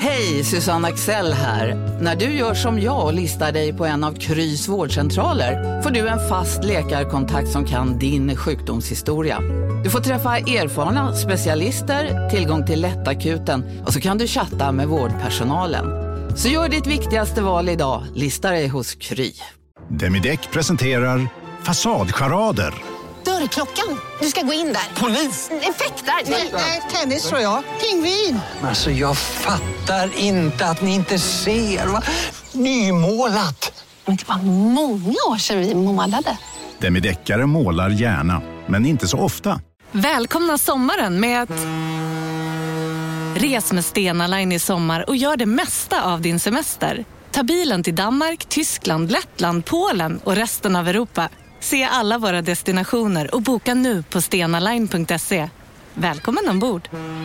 Hej, Susanne Axel här. När du gör som jag och listar dig på en av Krys vårdcentraler får du en fast läkarkontakt som kan din sjukdomshistoria. Du får träffa erfarna specialister, tillgång till lättakuten och så kan du chatta med vårdpersonalen. Så gör ditt viktigaste val idag, lista dig hos Kry. Demideck presenterar Fasadcharader. Dörrklockan, du ska gå in där. Polis? Effektar? Nej, tennis tror jag. Pingvin. Alltså jag fattar inte att ni inte ser. Va? Nymålat. Men det var många år sedan vi målade. Demideckare målar gärna, men inte så ofta. Välkomna sommaren med att... Res med Stena Line i sommar och gör det mesta av din semester. Ta bilen till Danmark, Tyskland, Lettland, Polen och resten av Europa. Se alla våra destinationer och boka nu på stenaline.se. Välkommen ombord!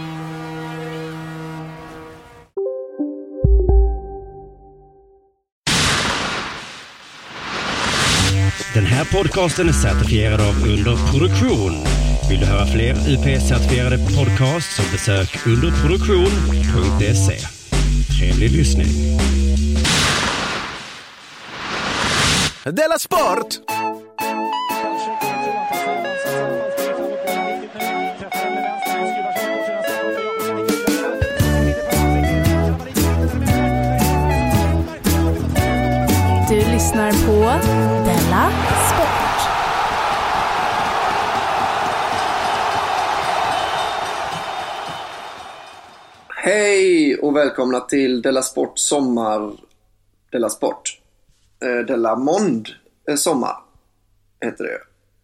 Den här podcasten är certifierad av Underproduktion. Vill du höra fler UP-certifierade podcasts så besök underproduktion.se. Trevlig lyssning. Della Sport! Du lyssnar på Della Sport. Hej och välkomna till Della Sport sommar. Della Sport. Della Mond sommar heter det.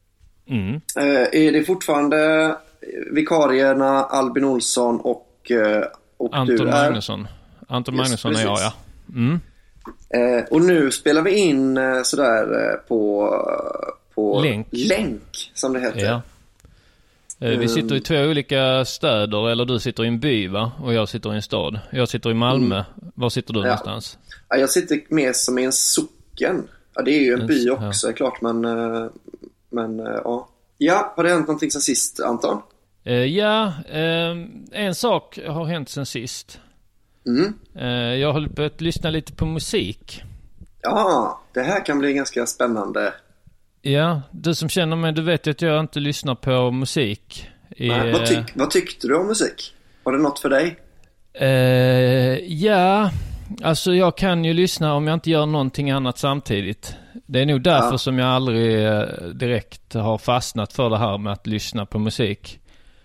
Är det fortfarande vikarierna Albin Olsson och Anton du är? Magnusson. Anton Magnusson är jag, ja. Mm. Och nu spelar vi in sådär på länk som det heter. Ja. Vi sitter i två olika städer, eller du sitter i en by, va? Och jag sitter i en stad. Jag sitter i Malmö. Var sitter du någonstans? Ja, jag sitter mer som i en socken. Ja, det är ju en by också, är klart, men ja. Ja, har det hänt någonting sen sist, Anton? En sak har hänt sen sist. Jag har börjat lyssna lite på musik. Ja, det här kan bli ganska spännande. Ja, du som känner mig, du vet ju att jag inte lyssnar på musik. Vad tyckte du om musik? Var det något för dig? Ja, alltså jag kan ju lyssna om jag inte gör någonting annat samtidigt. Det är nog därför som jag aldrig direkt har fastnat för det här med att lyssna på musik.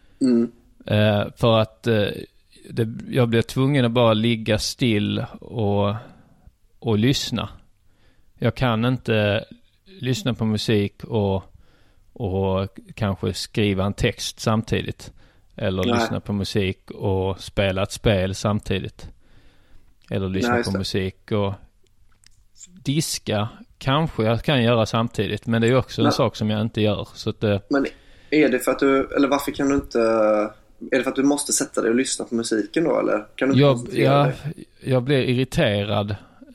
För att jag blir tvungen att bara ligga still och lyssna. Jag kan inte lyssna på musik och kanske skriva en text samtidigt. Eller lyssna på musik och spela ett spel samtidigt. Eller lyssna på musik och diska. Kanske jag kan göra samtidigt. Men det är också en sak som jag inte gör. Så att, men är det för att du, eller varför kan du inte... Är det för att du måste sätta dig och lyssna på musiken då, eller? Kan du jag blir irriterad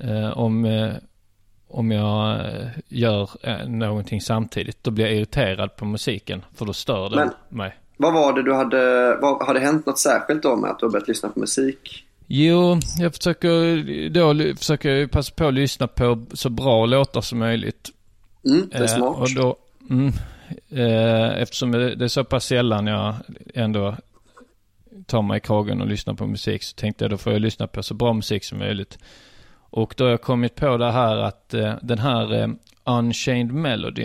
om jag gör någonting samtidigt. Då blir jag irriterad på musiken, för då stör det mig. Vad var det du hade hänt något särskilt då med att du har börjat lyssna på musik? Jo, jag försöker passa på att lyssna på så bra låtar som möjligt. Det är smart. Och då, eftersom det är så pass sällan jag ändå tar mig i kragen och lyssnar på musik, så tänkte jag då får jag lyssna på så bra musik som möjligt. Och då har jag kommit på det här att den här Unchained Melody,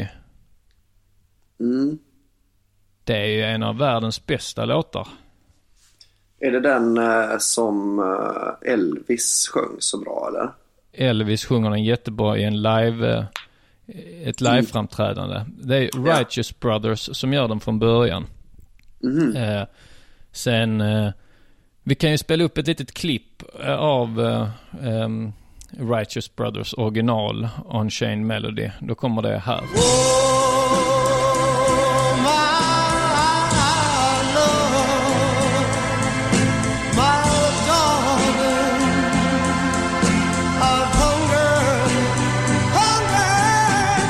det är ju en av världens bästa låtar. Är det den som Elvis sjöng så bra, eller? Elvis sjunger den jättebra i en ett live-framträdande. Det är Righteous Brothers som gör den från början. Sen vi kan ju spela upp ett litet klipp av Righteous Brothers original Unchained Melody. Då kommer det här.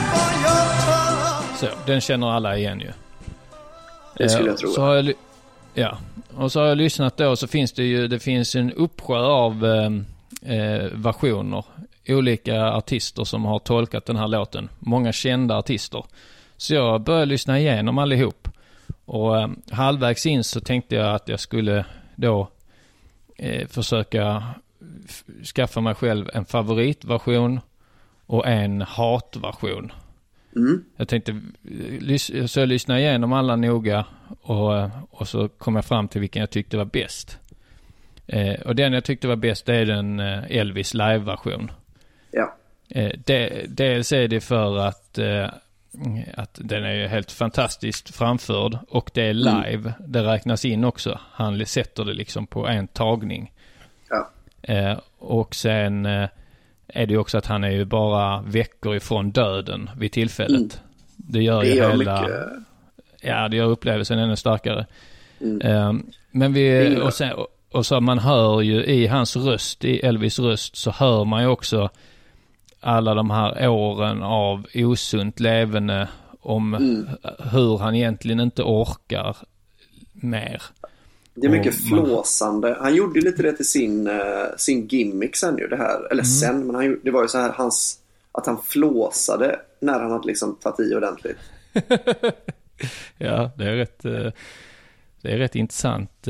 Så, den känner alla igen ju. Det skulle jag tro. Så har Ja, och så har jag lyssnat då, så finns det finns en uppsjö av versioner. Olika artister som har tolkat den här låten. Många kända artister. Så jag började lyssna igenom allihop. Och halvvägs in så tänkte jag att jag skulle då försöka skaffa mig själv en favoritversion och en hatversion. Jag tänkte så jag lyssnade igenom alla noga och så kom jag fram till vilken jag tyckte var bäst. Och den jag tyckte var bäst är den Elvis live-version. Ja. Dels är det för att den är helt fantastiskt framförd och det är live. Det räknas in också. Han sätter det liksom på en tagning. Ja. Och sen är det ju också att han är ju bara veckor ifrån döden vid tillfället. Det gör ju hela mycket. Ja, det gör upplevelsen ännu starkare. Men och så man hör ju i hans röst, i Elvis röst, så hör man ju också alla de här åren av osunt levande om hur han egentligen inte orkar mer. Det är mycket flåsande. Han gjorde lite det till sin gimmick sen ju det här. Eller sen, men det var ju så här att han flåsade när han hade liksom tagit i ordentligt. Ja, det är rätt intressant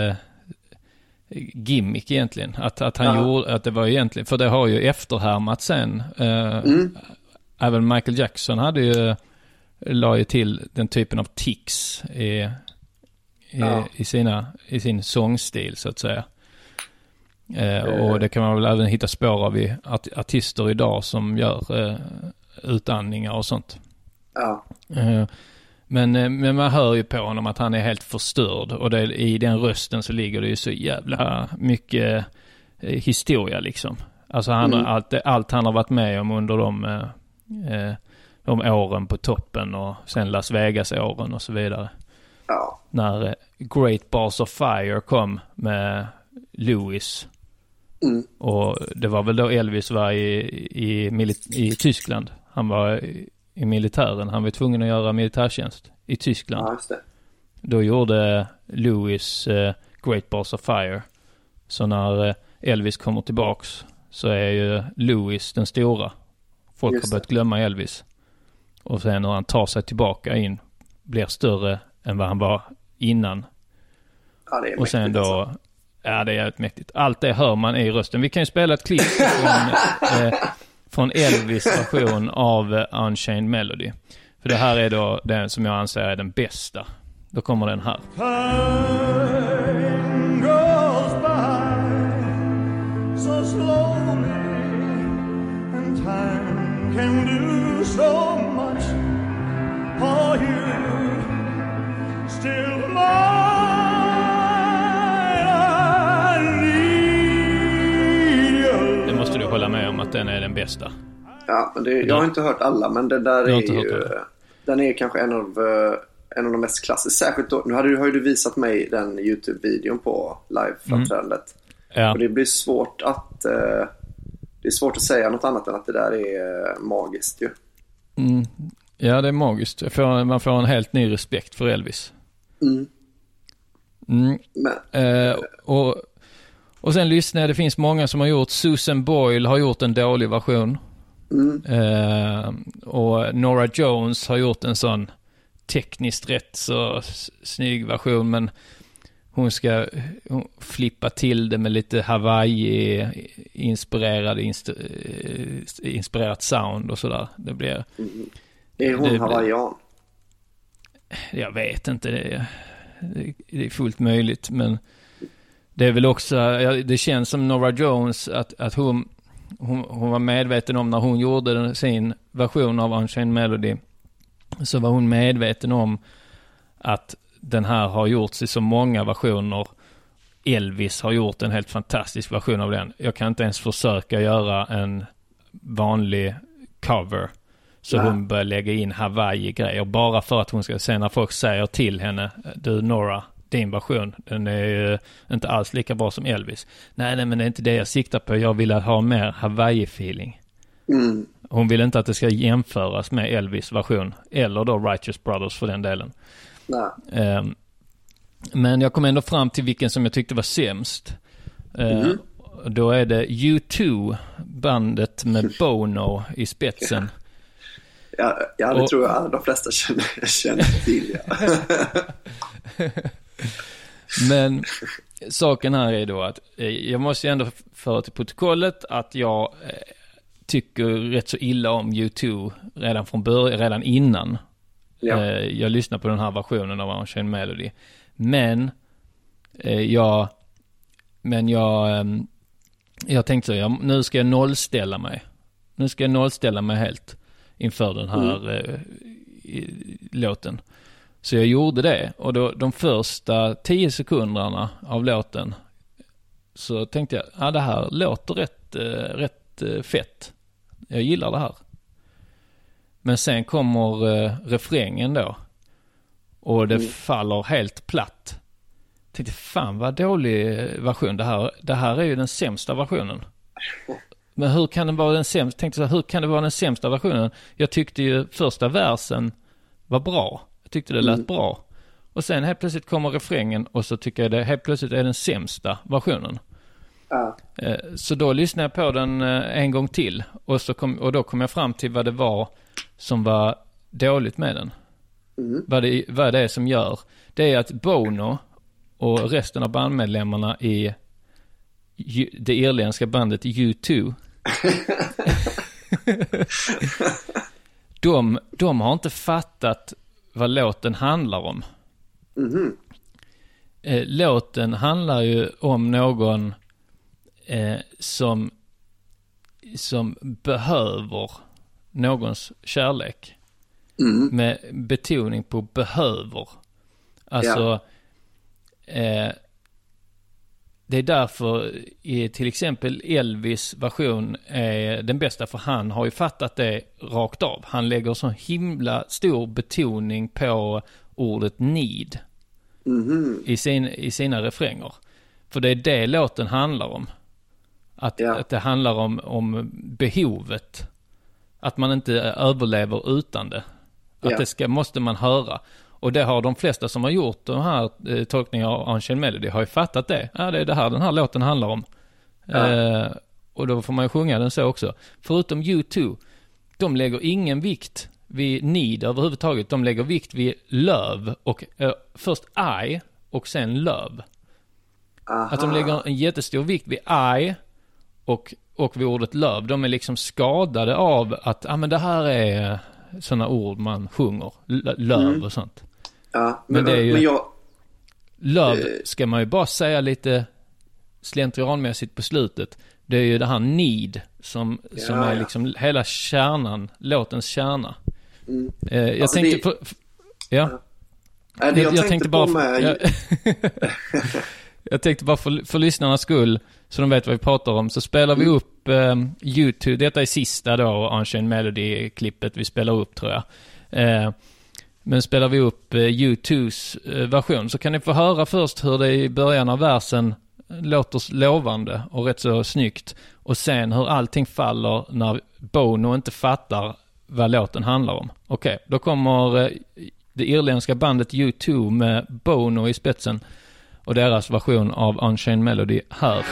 gimmick egentligen. Att han gjorde, att det var egentligen, för det har ju efterhärmat sen. Även Michael Jackson la ju till den typen av tics i sin sångstil så att säga. Och det kan man väl även hitta spår av i artister idag som gör utandningar och sånt. Ja. Men man hör ju på honom att han är helt förstörd, och i den rösten så ligger det ju så jävla mycket historia liksom. Alltså allt han har varit med om under de åren på toppen och sen Las Vegas-åren och så vidare. Ja. När Great Balls of Fire kom med Louis. Och det var väl då Elvis var i Tyskland. Han var i militären. Han var tvungen att göra militärtjänst i Tyskland. Ja, just det. Då gjorde Louis Great Balls of Fire. Så när Elvis kommer tillbaks så är ju Louis den stora. Folk har börjat glömma Elvis. Och sen när han tar sig tillbaka in blir större än vad han var innan. Ja, det är och sen mäktigt, då alltså. Ja, det är jävligt mäktigt. Allt det hör man i rösten. Vi kan ju spela ett klipp från Elvis version av Unchained Melody. För det här är då den som jag anser är den bästa. Då kommer den här. Time goes by so slowly, and time can do so much for you. Still Det måste du hålla med om att den är den bästa. Ja, men jag har inte hört alla, men det där är ju den är kanske en av de mest klassiska. Särskilt då, nu har ju du visat mig den YouTube-videon på live-framträdandet. Ja. Och det blir svårt att säga något annat än att det där är magiskt ju. Ja, det är magiskt. Man får en helt ny respekt för Elvis. Och sen lyssnar, det finns många som har gjort. Susan Boyle har gjort en dålig version. Och Norah Jones har gjort en sån tekniskt rätt så snygg version, men hon ska flippa till det med lite Hawaii-inspirerat sound och sådär. Det blir... Är hon hawaiian? Jag vet inte, det är fullt möjligt, men det är väl också, det känns som Norah Jones att hon var medveten om när hon gjorde sin version av Unchained Melody, så var hon medveten om att den här har gjorts i så många versioner. Elvis har gjort en helt fantastisk version av den. Jag kan inte ens försöka göra en vanlig cover. Så hon börjar lägga in Hawaii-grejer bara för att hon ska se när folk säger till henne, du Norah, din version, den är ju inte alls lika bra som Elvis. Nej, men det är inte det jag siktar på. Jag vill ha mer Hawaii-feeling. Hon vill inte att det ska jämföras med Elvis version eller då Righteous Brothers för den delen. Men jag kom ändå fram till vilken som jag tyckte var sämst. Då är det U2, bandet med Bono i spetsen. Ja, det tror jag de flesta känner till. Ja. Men saken här är då att jag måste ändå föra till protokollet att jag tycker rätt så illa om U2 redan från början, redan innan jag lyssnade på den här versionen av Unchained Melody. Men jag tänkte så, nu ska jag nollställa mig. Nu ska jag nollställa mig helt inför den här låten. Så jag gjorde det. Och då de första 10 sekunderna av låten så tänkte jag, det här låter rätt fett. Jag gillar det här. Men sen kommer refrängen då. Och det faller helt platt. Jag tänkte, fan vad dålig version. Det här är ju den sämsta versionen. Men hur kan den vara den sämsta? Tänkte så, hur kan det vara den sämsta versionen? Jag tyckte ju första versen var bra. Jag tyckte det lät bra. Och sen helt plötsligt kommer refrängen och så tycker jag det helt plötsligt är den sämsta versionen. Så då lyssnade jag på den en gång till. Och då kom jag fram till vad det var som var dåligt med den. Vad det är som gör. Det är att Bono och resten av bandmedlemmarna i det irländska bandet U2 de har inte fattat vad låten handlar om. Låten handlar ju om någon som behöver någons kärlek. Med betoning på behöver. Alltså det är därför till exempel Elvis version är den bästa, för han har ju fattat det rakt av. Han lägger så himla stor betoning på ordet need i sina refränger. För det är det låten handlar om. Att det handlar om behovet. Att man inte överlever utan det. Att det måste man höra. Och det har de flesta som har gjort de här tolkningar av Unchained Melody har ju fattat det. Det är det här den här låten handlar om. Och då får man ju sjunga den så också. Förutom U2, de lägger ingen vikt vid need överhuvudtaget. De lägger vikt vid love och först I och sen love. Att de lägger en jättestor vikt vid I och vid ordet love. De är liksom skadade av att men det här är sådana ord man sjunger. Love och sånt. Ja, men det är ju love ska man ju bara säga lite slentrianmässigt på slutet. Det är ju det här need som är liksom hela kärnan, låtens kärna. Jag alltså tänkte jag tänkte bara jag tänkte bara för lyssnarnas skull så de vet vad vi pratar om, så spelar vi upp U2. Detta är sista då Unchained Melody-klippet vi spelar upp, tror jag. Men spelar vi upp U2s version så kan ni få höra först hur det i början av versen låter lovande och rätt så snyggt. Och sen hur allting faller när Bono inte fattar vad låten handlar om. Okej, då kommer det irländska bandet U2 med Bono i spetsen och deras version av Unchained Melody här.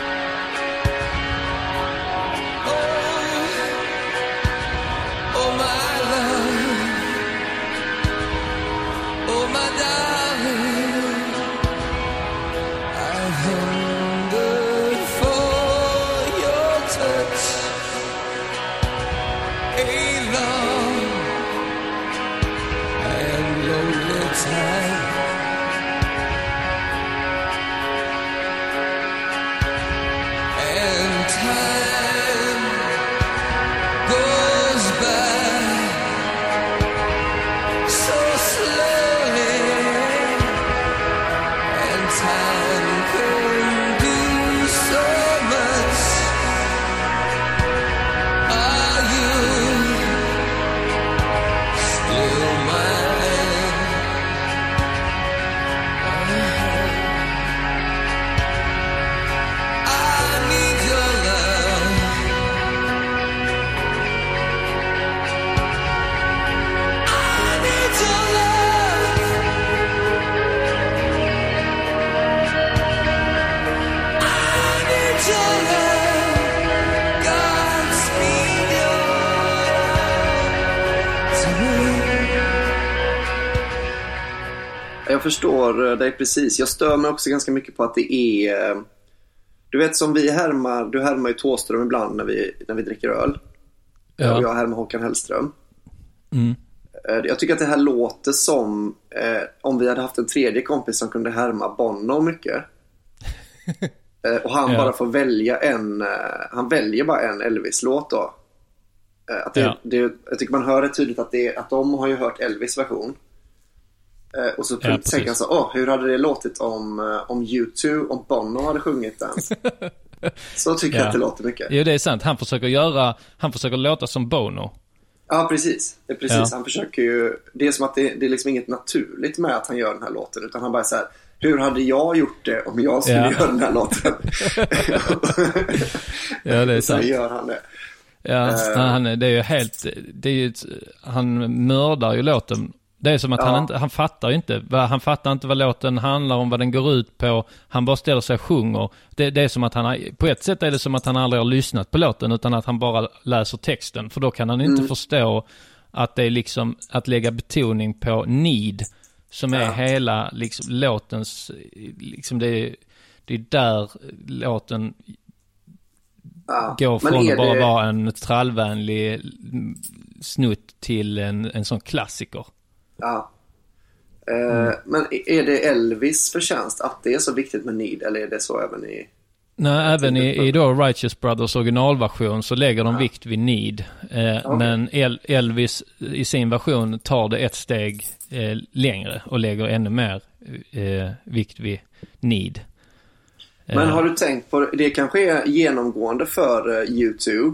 I need your love. Jag förstår dig precis. Jag stör mig också ganska mycket på att det är... Du vet som du härmar ju Thåström ibland när vi dricker öl. Ja. Och jag härmar Håkan Hellström. Mm. Jag tycker att det här låter som om vi hade haft en tredje kompis som kunde härma Bono mycket. Och han bara får välja han väljer bara en Elvis-låt då. Att jag tycker man hör det tydligt att de har ju hört Elvis version. Och så tänker han så, hur hade det låtit om U2, om Bono hade sjungit den? Så tycker jag att det låter mycket. Jo, det är sant. Han försöker låta som Bono. Ja, precis. Det är precis. Han försöker ju, det är som att det är liksom inget naturligt med att han gör den här låten, utan han bara så här, hur hade jag gjort det om jag skulle göra den här låten? Ja, det är sant. Så gör han det. Ja, det är ju helt, han mördar ju låten. Det är som att han fattar inte vad låten handlar om, vad den går ut på. Han bara ställer sig och sjunger. Det är som att på ett sätt är det som att han aldrig har lyssnat på låten, utan att han bara läser texten. För då kan han inte förstå att det är liksom att lägga betoning på need, som är hela liksom låtens, liksom det är där låten går från att bara vara en trallvänlig snutt till en sån klassiker. Ja. Men är det Elvis förtjänst att det är så viktigt med need, eller är det så även i... Nej, även i då Righteous Brothers originalversion så lägger de vikt vid need. Men Elvis i sin version tar det ett steg längre och lägger ännu mer vikt vid need. Men har du tänkt på det kanske är genomgående för U2?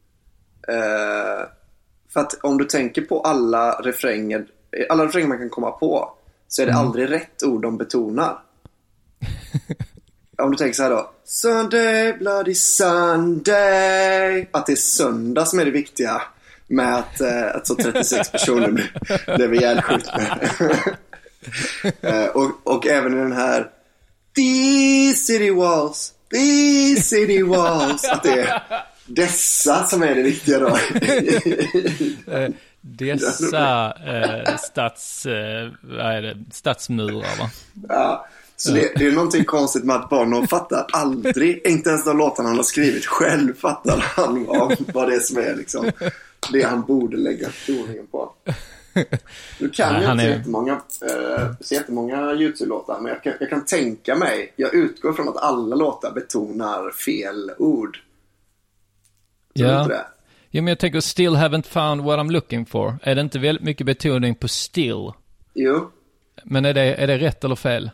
För att om du tänker på alla refränger man kan komma på, så är det aldrig rätt ord de betonar. Om du tänker så här då, Sunday, bloody Sunday, att det är söndag som är det viktiga med att så 36 personer blev ihjälskjutna. och även i den här These city walls, att det är dessa som är det viktiga då. Dessa stadsmurar, va? Ja, så det är någonting konstigt med att Bono fattar aldrig, inte ens de låtarna han har skrivit själv fattar han vad det är som är liksom det han borde lägga toningen på. Nu kan jag inte jättemånga YouTube-låtar, men jag kan tänka mig, jag utgår från att alla låtar betonar fel ord. Ja, men jag tänker still haven't found what I'm looking for. Är det inte väldigt mycket betoning på still? Jo. Men är det rätt eller fel?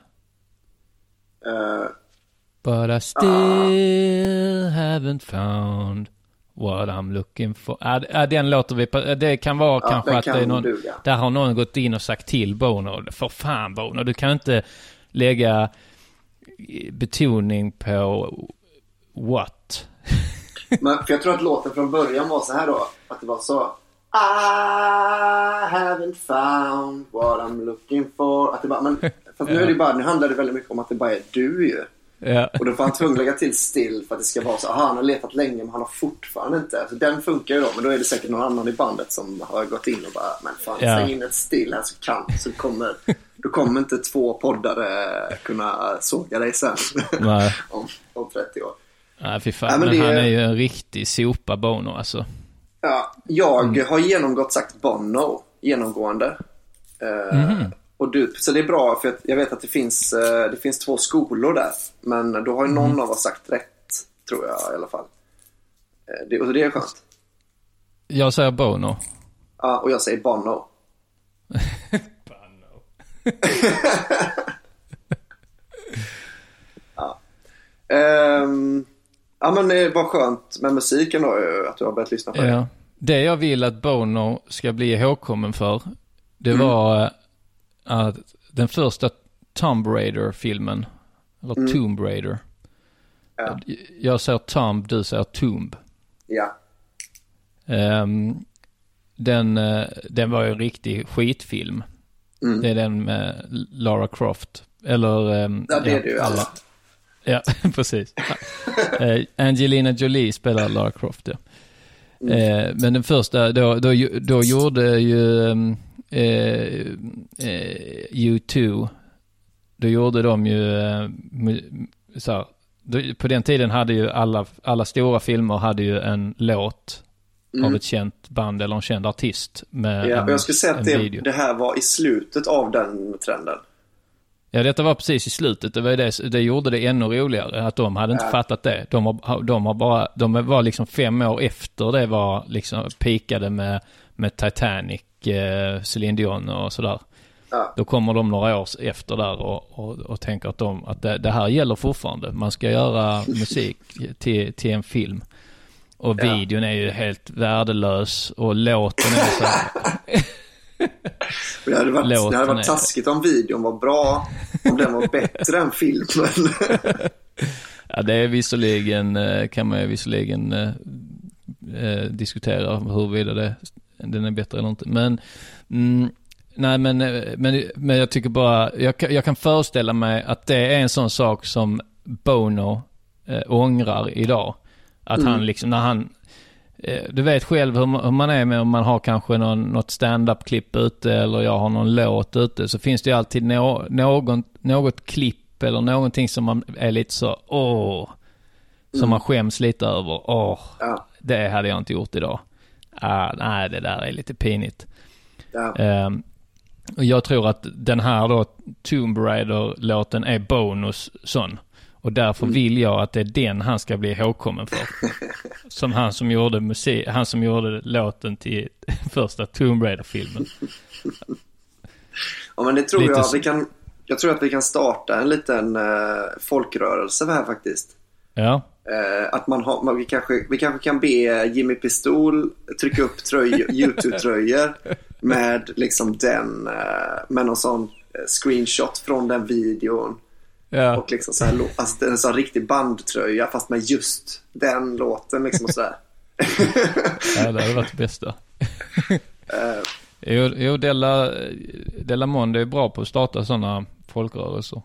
But I still haven't found what I'm looking for. Den låter vi på. Det kan vara kanske att det är någon, där har någon gått in och sagt till Bono, för fan Bono, du kan inte lägga betoning på what. Men för jag tror att låten från början var så här då, att det var så I haven't found what I'm looking for, att det bara, men fast nu är det bara, nu handlar det väldigt mycket om att det bara är du ju. Ja. Och då får han tvungen lägga till still för att det ska vara så, han har letat länge men han har fortfarande inte. Så den funkar ju då, men då är det säkert någon annan i bandet som har gått in och bara, men fan, släng in ett still här då kommer inte 2 poddare kunna såga dig sen om 30 år. Nej, fy fan, men han är ju en riktig sopa, Bono alltså. Ja, jag har genomgått sagt Bono genomgående. Och så det är bra, för jag vet att det finns 2 skolor där. Men då har ju någon av oss sagt rätt, tror jag i alla fall. Och det är skönt. Jag säger Bono. Ja, och jag säger Bono. Bono. Ja. Ja, men det var skönt med musiken då, att du har börjat lyssna på det. Det jag vill att Bono ska bli ihågkommen för, det var att den första Tomb Raider-filmen, eller Tomb Raider. Ja. Jag säger Tomb, du säger Tomb. Ja. Den var ju en riktig skitfilm. Det är den med Lara Croft. Eller... ja, det är det ju alla. Ja, precis. Angelina Jolie spelar Lara Croft, ja. Men den första, då gjorde ju U2 då gjorde de ju så här, på den tiden hade ju alla stora filmer hade ju en låt av ett känt band eller en känd artist med jag skulle säga att det här var i slutet av den trenden. Ja, detta var precis i slutet. Det gjorde det ännu roligare att de hade inte fattat det. De var liksom 5 år efter det var liksom pikade med Titanic, Celine Dion och sådär. Ja. Då kommer de några år efter där och tänker att det här gäller fortfarande. Man ska göra musik till en film. Och videon är ju helt värdelös och låten är så här... Det hade varit taskigt om videon var bra, om den var bättre än filmen. Ja, det är visserligen, kan man ju visserligen diskutera huruvida den är bättre eller inte. Men nej, men jag tycker bara jag kan föreställa mig att det är en sån sak som Bono ångrar idag. Att han liksom, när han du vet själv hur man är med om man har kanske något stand-up-klipp ute eller jag har någon låt ute, så finns det ju alltid något klipp eller någonting som man är lite så som man skäms lite över. Det hade jag inte gjort idag. Nej, det där är lite pinigt. Och jag tror att den här då Tomb Raider-låten är bonus sån. Och därför vill jag att det är den han ska bli ihågkommen för. Som han som gjorde musik, han som gjorde låten till första Tomb Raider-filmen. Ja, men det tror jag tror att vi kan starta en liten folkrörelse här faktiskt. Ja. Att vi kanske kan be Jimmy Pistol trycka upp YouTube-tröjor med liksom med någon sån screenshot från den videon. Ja. Och liksom så här, alltså en sån riktig bandtröja fast med just den låten liksom och sådär. Ja, det hade varit det bästa. Jo, Della Monde är bra på att starta sådana folkrörelser.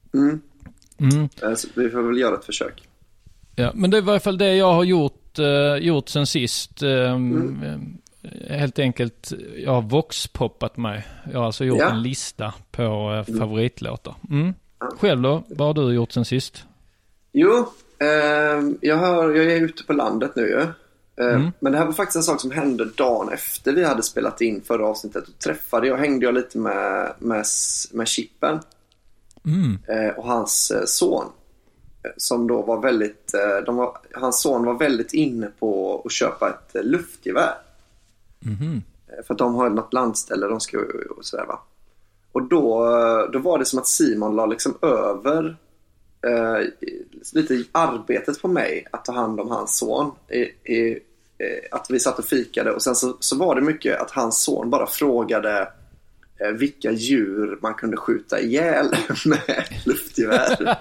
Så vi får väl göra ett försök. Ja, men det är i varje fall det jag har gjort sen sist. Helt enkelt, jag har voxpoppat mig. Jag har alltså gjort en lista på favoritlåtar. Själv då? Vad har du gjort sen sist? Jo, jag är ute på landet nu ju. Men det här var faktiskt en sak som hände dagen efter vi hade spelat in förra avsnittet. Och hängde jag lite med Chippen och hans son. Som då var väldigt hans son var väldigt inne på att köpa ett luftgevär. För att de har något landställe de ska och sådär, va. Och då var det som att Simon la liksom över lite arbetet på mig att ta hand om hans son. Att vi satt och fikade och sen så var det mycket att hans son bara frågade vilka djur man kunde skjuta ihjäl med luftgevär.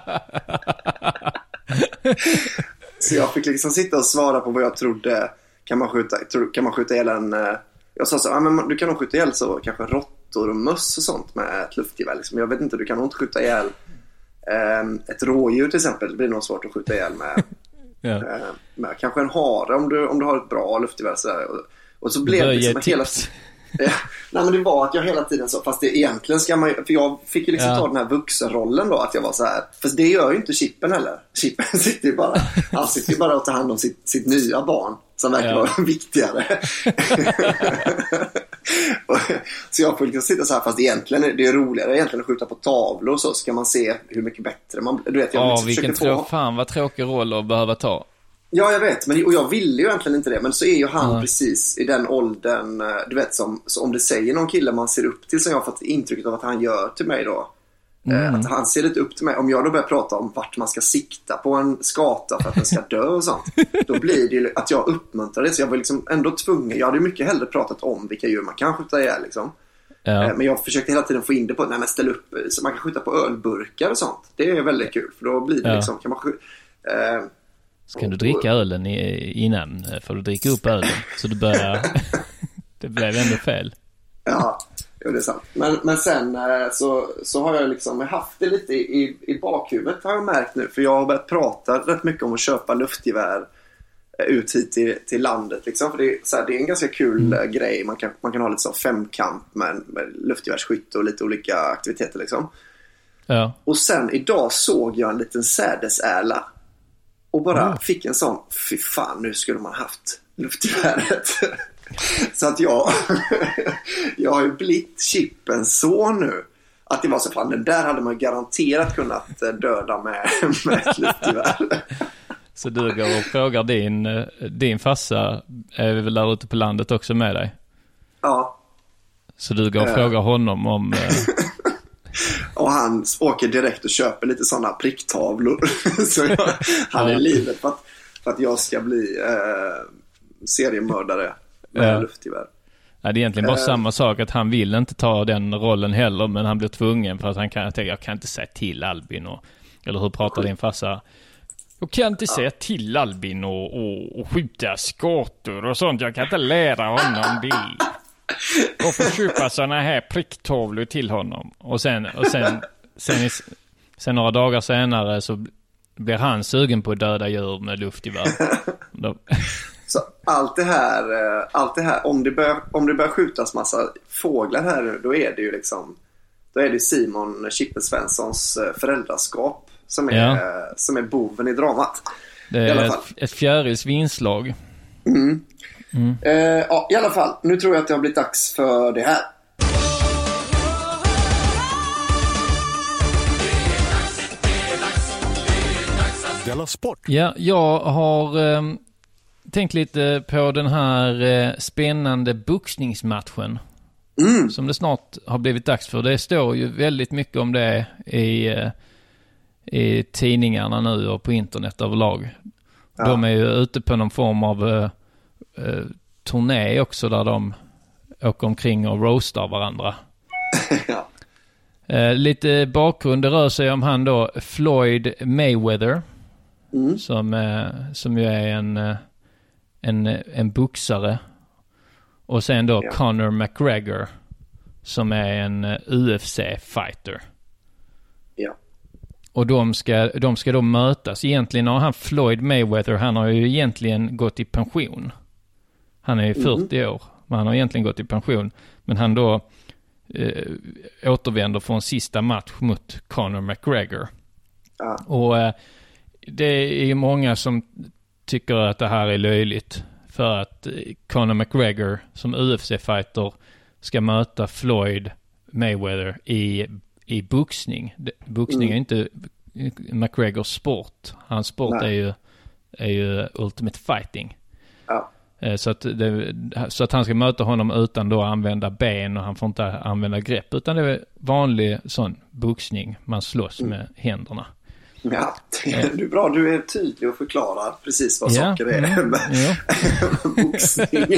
Så jag fick liksom sitta och svara på vad jag trodde. Kan man skjuta ihjäl en... Jag sa så, men du kan nog skjuta ihjäl så kanske råttor och möss och sånt med ett luftgevär. Liksom. Jag vet inte, du kan nog inte skjuta ihjäl ett rådjur till exempel. Det blir nog svårt att skjuta ihjäl med kanske en hare om du har ett bra luftgevär. Och så blev det liksom hela... Nej, men det var att jag hela tiden så, fast det egentligen ska man, för jag fick ju liksom ta den här vuxenrollen då, att jag var så här, fast det gör ju inte Chippen heller. Chippen sitter ju bara och tar hand om sitt nya barn som verkar vara viktigare. Så jag får liksom sitta så här, fast egentligen det är roligare egentligen att skjuta på tavlor, så ska man se hur mycket bättre man, du vet, fan vad tråkig roll att behöva ta. Ja, jag vet, och jag ville ju egentligen inte det. Men så är ju han precis i den åldern, du vet, så om det säger någon kille man ser upp till, som jag har fått intrycket av att han gör till mig då. Att han ser lite upp till mig. Om jag då börjar prata om vart man ska sikta på en skata för att den ska dö och sånt, då blir det ju att jag uppmuntrar det. Så jag var liksom ändå tvungen. Jag hade mycket hellre pratat om vilka djur man kan skjuta ihjäl liksom. Men jag försökte hela tiden få in det på, men ställa upp så man kan skjuta på ölburkar och sånt. Det är väldigt kul, för då blir det liksom, kan man så kan du dricka ölen innan, för du dricker upp ölen. Så du börjar... det blev ändå fel. Ja, det är sant. Men sen så har jag liksom haft det lite i bakhuvudet, har jag märkt nu. För jag har börjat prata rätt mycket om att köpa luftgevär ut hit till landet. Liksom. För det är en ganska kul grej. Man kan ha lite så femkamp med luftgevärsskytt och lite olika aktiviteter liksom. Ja. Och sen idag såg jag en liten sädesärla. Och bara fick en sån, fy fan, nu skulle man haft luftgeväret. Så att jag har ju blivit Chippens son nu. Att det var så fan, den där hade man garanterat kunnat döda med ett luftgevär. Så du går och frågar din farsa, är väl där ute på landet också med dig? Ja. Så du går och frågar honom om... Och han åker direkt och köper lite sådana pricktavlor. Så han är livet för att jag ska bli seriemördare med luftgevär. Ja, det är egentligen bara samma sak, att han vill inte ta den rollen heller, men han blir tvungen för att han kan tänka, jag kan inte säga till Albin eller hur pratar din farsa? Jag kan inte säga till Albin och skjuta skator och sånt, jag kan inte lära honom det. Och få köpa såna här pricktavlor till honom. Och sen några dagar senare så blir han sugen på att döda djur med luftgevär. Så allt det här om det börjar skjutas massa fåglar här nu, då är det ju liksom, då är det Simon Chippen Svenssons föräldraskap som är boven i dramat. Det är ett fjärilsvinslag. Ja, i alla fall, nu tror jag att det har blivit dags för det här. Della Sport. Ja, jag har tänkt lite på den här spännande boxningsmatchen som det snart har blivit dags för. Det står ju väldigt mycket om det i tidningarna nu och på internet överlag. Ja. De är ju ute på någon form av turné också där de åker omkring och roastar varandra. Ja. Lite bakgrund, det rör sig om han då Floyd Mayweather som ju är en boxare, och sen då Conor McGregor som är en UFC-fighter. Ja. Och de ska då mötas. Egentligen har han Floyd Mayweather, han har ju egentligen gått i pension. Han är ju 40 år, men han har egentligen gått i pension. Men han då återvänder från sista match mot Conor McGregor. Ja. Och det är ju många som tycker att det här är löjligt. För att Conor McGregor som UFC-fighter ska möta Floyd Mayweather i boxning. Boxning är inte McGregors sport. Hans sport är ju Ultimate Fighting. Ja. Så att han ska möta honom utan då att använda ben, och han får inte använda grepp, utan det är vanlig sån boxning. Man slåss med händerna. Ja, det är bra. Du är tydlig och förklarar precis vad saker är med boxning.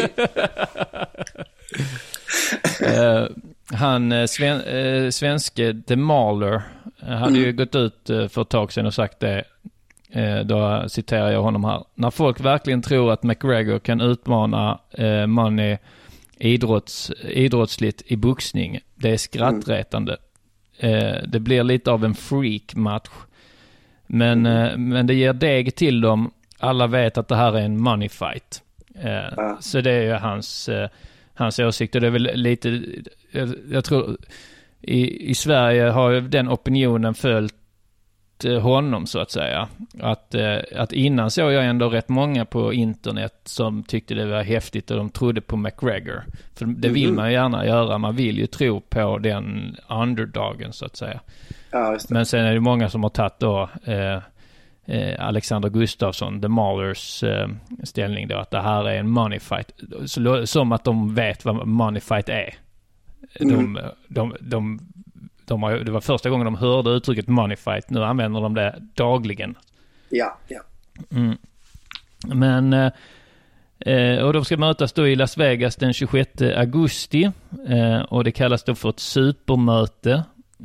Han svenske The Mauler hade ju gått ut för ett tag sedan och sagt det. Då citerar jag honom här: när folk verkligen tror att McGregor kan utmana Money idrottsligt i boxning, det är skrattretande. Det blir lite av en freak-match, men det ger deg till dem. Alla vet att det här är en money fight. Så det är ju hans åsikt, och det är väl lite, jag tror i Sverige har ju den opinionen följt honom så att säga. Att innan såg jag ändå rätt många på internet som tyckte det var häftigt och de trodde på McGregor. För det vill man ju gärna göra. Man vill ju tro på den underdogen så att säga. Ja, just det. Men sen är det många som har tagit då Alexander Gustafsson, The Maulers ställning då, att det här är en money fight. Som att de vet vad money fight är. Det var första gången de hörde uttrycket money fight. Nu använder de det dagligen. Ja. Men och de ska mötas då i Las Vegas den 26 augusti. Och det kallas då för ett supermöte.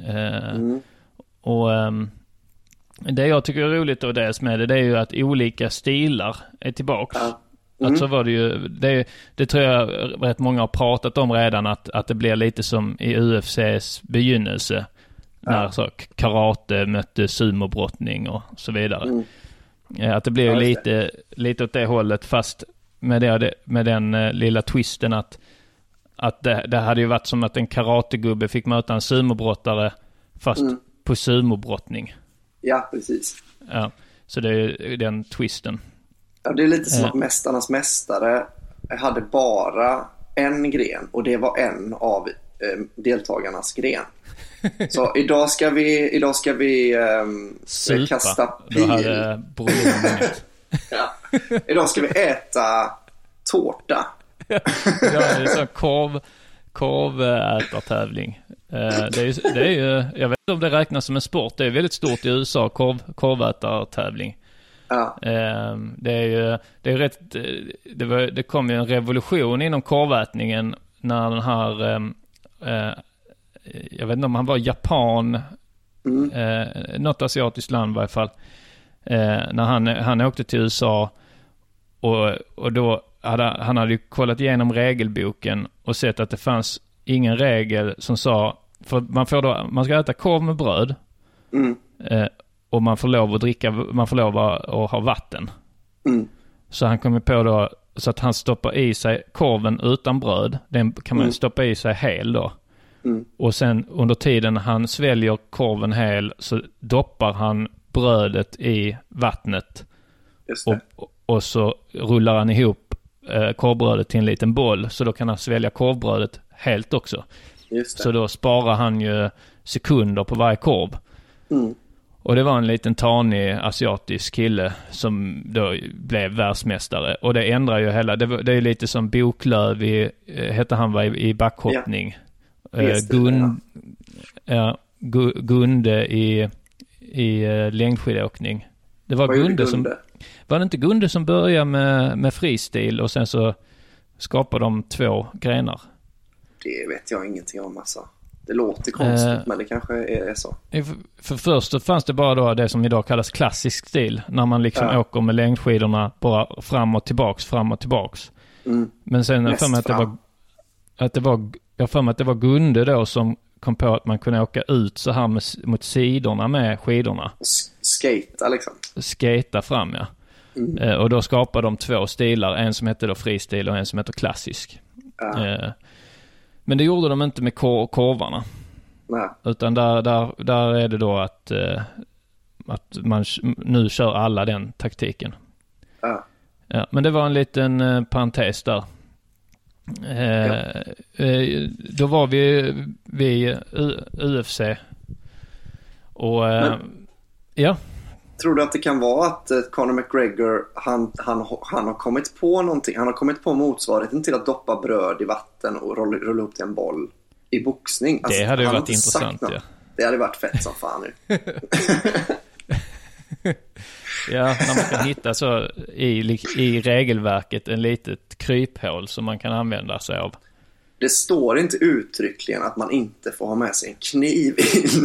Och det jag tycker är roligt av det är ju att olika stilar är tillbaka. Att så var det ju, det tror jag rätt många har pratat om redan, att det blir lite som i UFCs begynnelse när så karate mötte sumobrottning och så vidare. Att det blir lite åt det hållet, fast med den lilla twisten att det hade ju varit som att en karategubbe fick möta en sumobrottare, fast på sumobrottning. Ja, precis. Ja, så det är den twisten. Ja, det är lite som att Mästarnas mästare hade bara en gren och det var en av deltagarnas gren. Så idag ska vi kasta pil. Ja. Idag ska vi äta tårta. Ja, det är så korvätartävling. Det är ju, jag vet inte om det räknas som en sport. Det är väldigt stort i USA, korvätartävling. Ja. Det kom ju en revolution inom korvätningen när den här jag vet inte om han var Japan, något asiatiskt land i varje fall, när han åkte till USA och då han hade ju kollat igenom regelboken och sett att det fanns ingen regel som sa, för man ska äta korv med bröd och man får lov att dricka, man får lov att ha vatten. Så han kom på då, så att han stoppar i sig korven utan bröd, den kan man stoppa i sig hel då. Och sen under tiden han sväljer korven hel så doppar han brödet i vattnet. Just det. Och så rullar han ihop korvbrödet till en liten boll, så då kan han svälja korvbrödet helt också. Just det. Så då sparar han ju sekunder på varje korv. Och det var en liten tanig asiatisk kille som då blev världsmästare. Och det ändrar ju hela, det är lite som Boklöv hette han var i backhoppning. Gunde i längdskidåkning. Det var Gunde som... Var det inte Gunde som började med freestyle och sen så skapade de 2 grenar? Det vet jag ingenting om alltså. Det låter konstigt men det kanske är så. För först så fanns det bara då det som idag kallas klassisk stil. När man liksom åker med längdskidorna bara fram och tillbaks. Men sen jag för mig att det var Gunde då som kom på att man kunde åka ut så här mot sidorna med skidorna. Skata liksom. Skata fram, ja. Och då skapade de 2 stilar. En som heter då freestyle och en som heter klassisk. Men det gjorde de inte med korvarna. Nej. Utan där är det då att man nu kör alla den taktiken. Ja, men det var en liten parentes där. Då var vi vid UFC och ja. Tror du att det kan vara att Conor McGregor han har kommit på någonting? Han har kommit på motsvarigheten till att doppa bröd i vatten och rulla upp till en boll i boxning. Alltså, det hade ju varit intressant, ja. Det hade varit fett som fan nu. Ja, när man kan hitta så i regelverket en litet kryphål som man kan använda sig av. Det står inte uttryckligen att man inte får ha med sig en kniv in.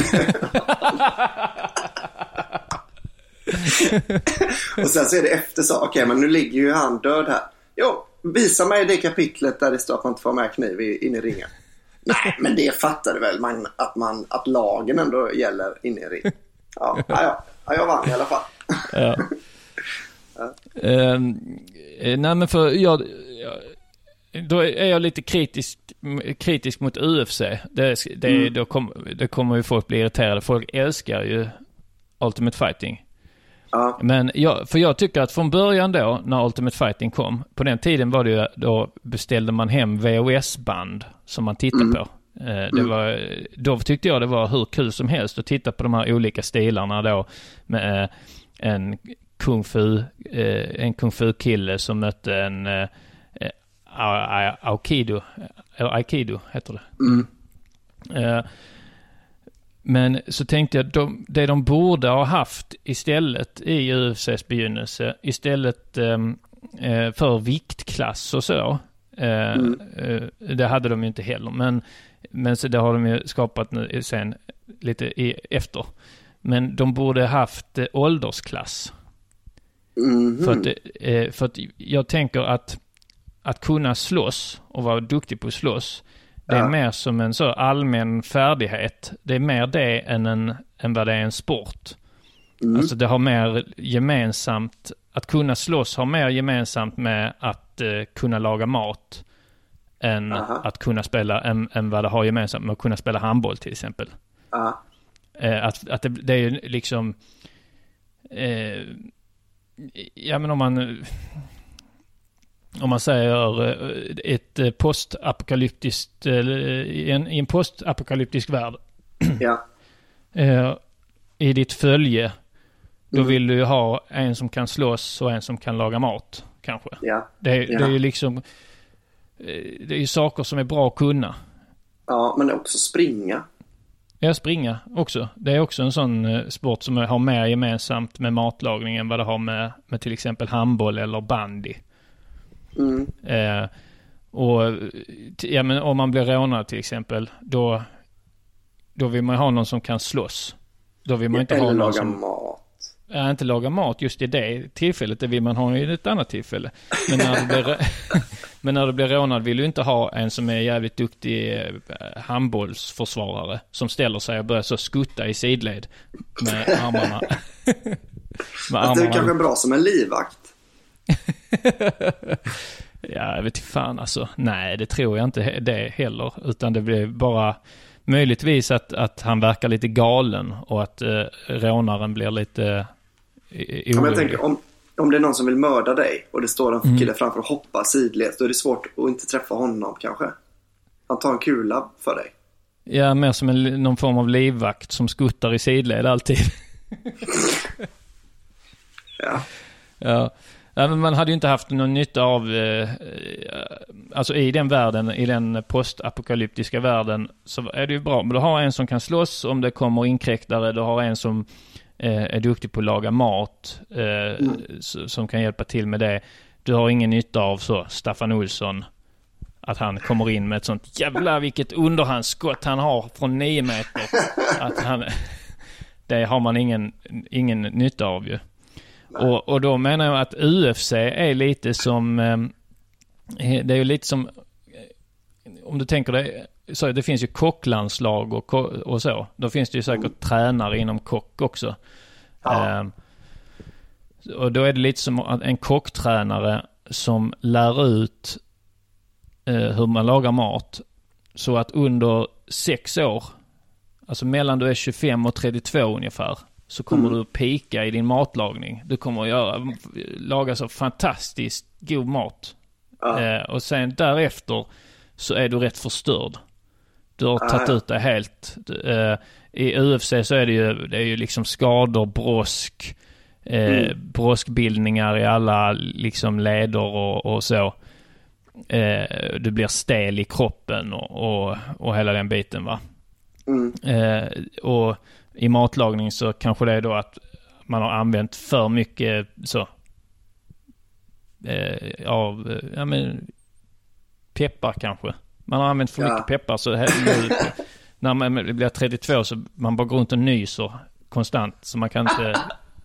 Och sen så är det efter så, okej, men nu ligger ju han död här. Jo, visa mig det kapitlet där det står att man inte får ha med kniv in i ringen. Nej, men det fattar du väl att lagen ändå gäller in i ringen. Ja, jag vann i alla fall. Ja. Nej, men för då är jag lite kritisk mot UFC. Det kommer ju folk bli irriterade. Folk älskar ju Ultimate Fighting. Men jag tycker att från början då, när Ultimate Fighting kom, på den tiden var det ju, då beställde man hem VHS-band som man tittade på. Då tyckte jag det var hur kul som helst att titta på de här olika stilarna då, med en kung fu kille som mötte en Aikido heter det. Men så tänkte jag, det de borde ha haft istället i UFCs begynnelse, istället för viktklass och så, det hade de ju inte heller, men så det har de ju skapat nu sen lite efter. Men de borde haft åldersklass. För att jag tänker att kunna slåss och vara duktig på att slåss, det är mer som en så allmän färdighet. Det är mer det än vad det är en sport. Alltså det har mer gemensamt, att kunna slåss har mer gemensamt med att kunna laga mat än att kunna spela, än vad det har gemensamt med att kunna spela handboll till exempel. Att det är ju liksom... ja, men om man säger ett postapokalyptiskt... i en postapokalyptisk värld. Ja. I ditt följe, då vill du ju ha en som kan slåss och en som kan laga mat, kanske. Ja. Det är ju liksom... Det är ju saker som är bra att kunna. Ja, men också springa. Ja, springa också. Det är också en sån sport som har mer gemensamt med matlagning än vad det har med till exempel handboll eller bandy. Men om man blir rånad till exempel, då vill man ha någon som kan slås. Då vill man inte ha någon som... mat. Ja, inte laga mat just i det tillfället. Det vill man ha i ett annat tillfälle. Men när du blir rånad vill du inte ha en som är jävligt duktig handbollsförsvarare som ställer sig och börjar så skutta i sidled med armarna. Det är kanske bra som en livvakt. Ja, jag vet inte fan alltså. Nej, det tror jag inte det heller. Utan det blir bara möjligtvis att han verkar lite galen och att rånaren blir lite orolig. Ja, men jag tänker, om det är någon som vill mörda dig och det står en kille framför och hoppar sidled, då är det svårt att inte träffa honom kanske. Han tar en kula för dig. Ja, mer som någon form av livvakt som skuttar i sidled alltid. Ja. Ja. Ja, men man hade ju inte haft någon nytta av alltså i den världen, i den postapokalyptiska världen, så är det ju bra. Men du har en som kan slåss om det kommer inkräktare, du har en som är duktig på att laga mat som kan hjälpa till med det. Du har ingen nytta av så Staffan Olsson, att han kommer in med ett sånt jävla vilket underhandsskott han har från 9 meter. Det har man ingen nytta av ju. Och då menar jag att UFC är lite som det är ju lite som, om du tänker det, så det finns ju kocklandslag och så. Då finns det ju säkert tränare inom kock också. Ja. Och då är det lite som en kocktränare som lär ut hur man lagar mat, så att under 6 år, alltså mellan du är 25 och 32 ungefär, så kommer du att pika i din matlagning. Du kommer att laga så fantastiskt god mat. Och sen därefter så är du rätt förstörd. Du har tagit ut det helt. I UFC så är det är ju liksom skador, broskbildningar i alla liksom leder och så. Du blir stel i kroppen och hela den biten, va? Och i matlagning så kanske det är då att man har använt för mycket så av peppar kanske. Man har använt för mycket peppar, så när man blir 32 så man bara går runt och nyser konstant, så man kan inte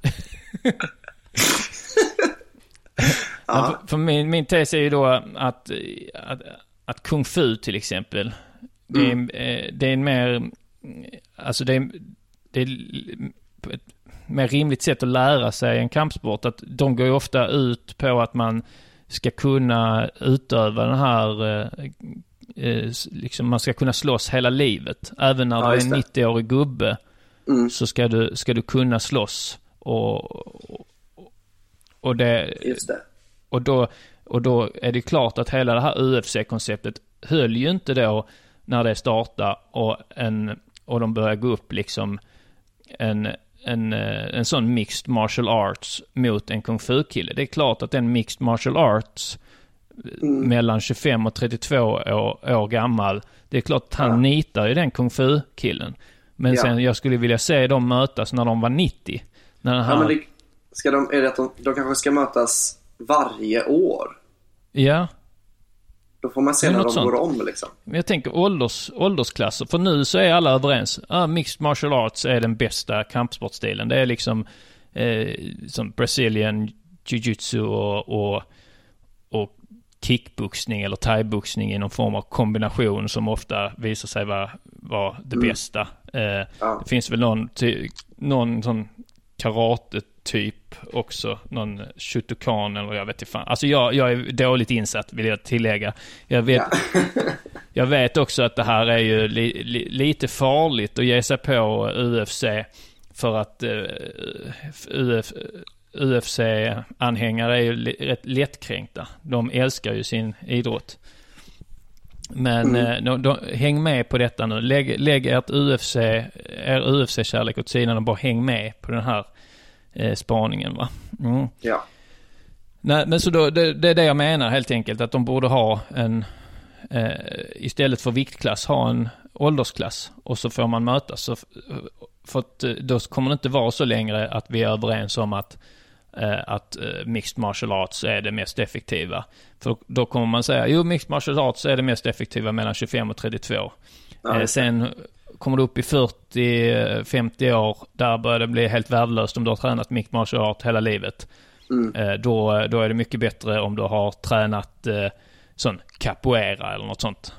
för min tes är ju då att kung fu till exempel, det är en mer, alltså det är ett mer rimligt sätt att lära sig en kampsport, att de går ju ofta ut på att man ska kunna utöva den här liksom man ska kunna slåss hela livet, även när du är en 90-årig gubbe så ska du kunna slåss och det just det. Och då är det klart att hela det här UFC-konceptet höll ju inte då när det startade och de börjar gå upp liksom en sån mixed martial arts mot en kung fu-kille. Det är klart att en mixed martial arts mellan 25 och 32 år gammal, det är klart att han nitar ju den kung fu-killen. Men sen jag skulle vilja se dem mötas när de var 90. Men är det att de kanske ska mötas varje år? Ja. Då får man se när de går om liksom. Jag tänker åldersklasser. För nu så är alla överens. Mixed martial arts är den bästa kampsportstilen. Det är liksom som Brazilian jiu-jitsu och kickboxning eller thai-boxning i någon form av kombination som ofta visar sig vara det bästa. Det finns väl någon sån karate-typ också. Någon Shotokan eller jag vet inte fan. Alltså jag är dåligt insatt, vill jag tillägga. Jag jag vet också att det här är ju lite farligt att ge sig på UFC, för att UFC-anhängare är ju rätt lättkränkta. De älskar ju sin idrott. Men häng med på detta nu. Lägg er UFC-kärlek åt sidan och bara häng med på den här spaningen, va? Mm. Ja. Nej, men så då, det är det jag menar helt enkelt, att de borde ha en istället för viktklass ha en åldersklass, och så får man mötas. Så, för att då kommer det inte vara så längre att vi är överens om att mixed martial arts är det mest effektiva. För då kommer man säga, mixed martial arts är det mest effektiva mellan 25 och 32. Sen kommer du upp i 40-50 år, där börjar det bli helt värdelöst om du har tränat mixed martial art hela livet. Då är det mycket bättre om du har tränat sån capoeira eller något sånt.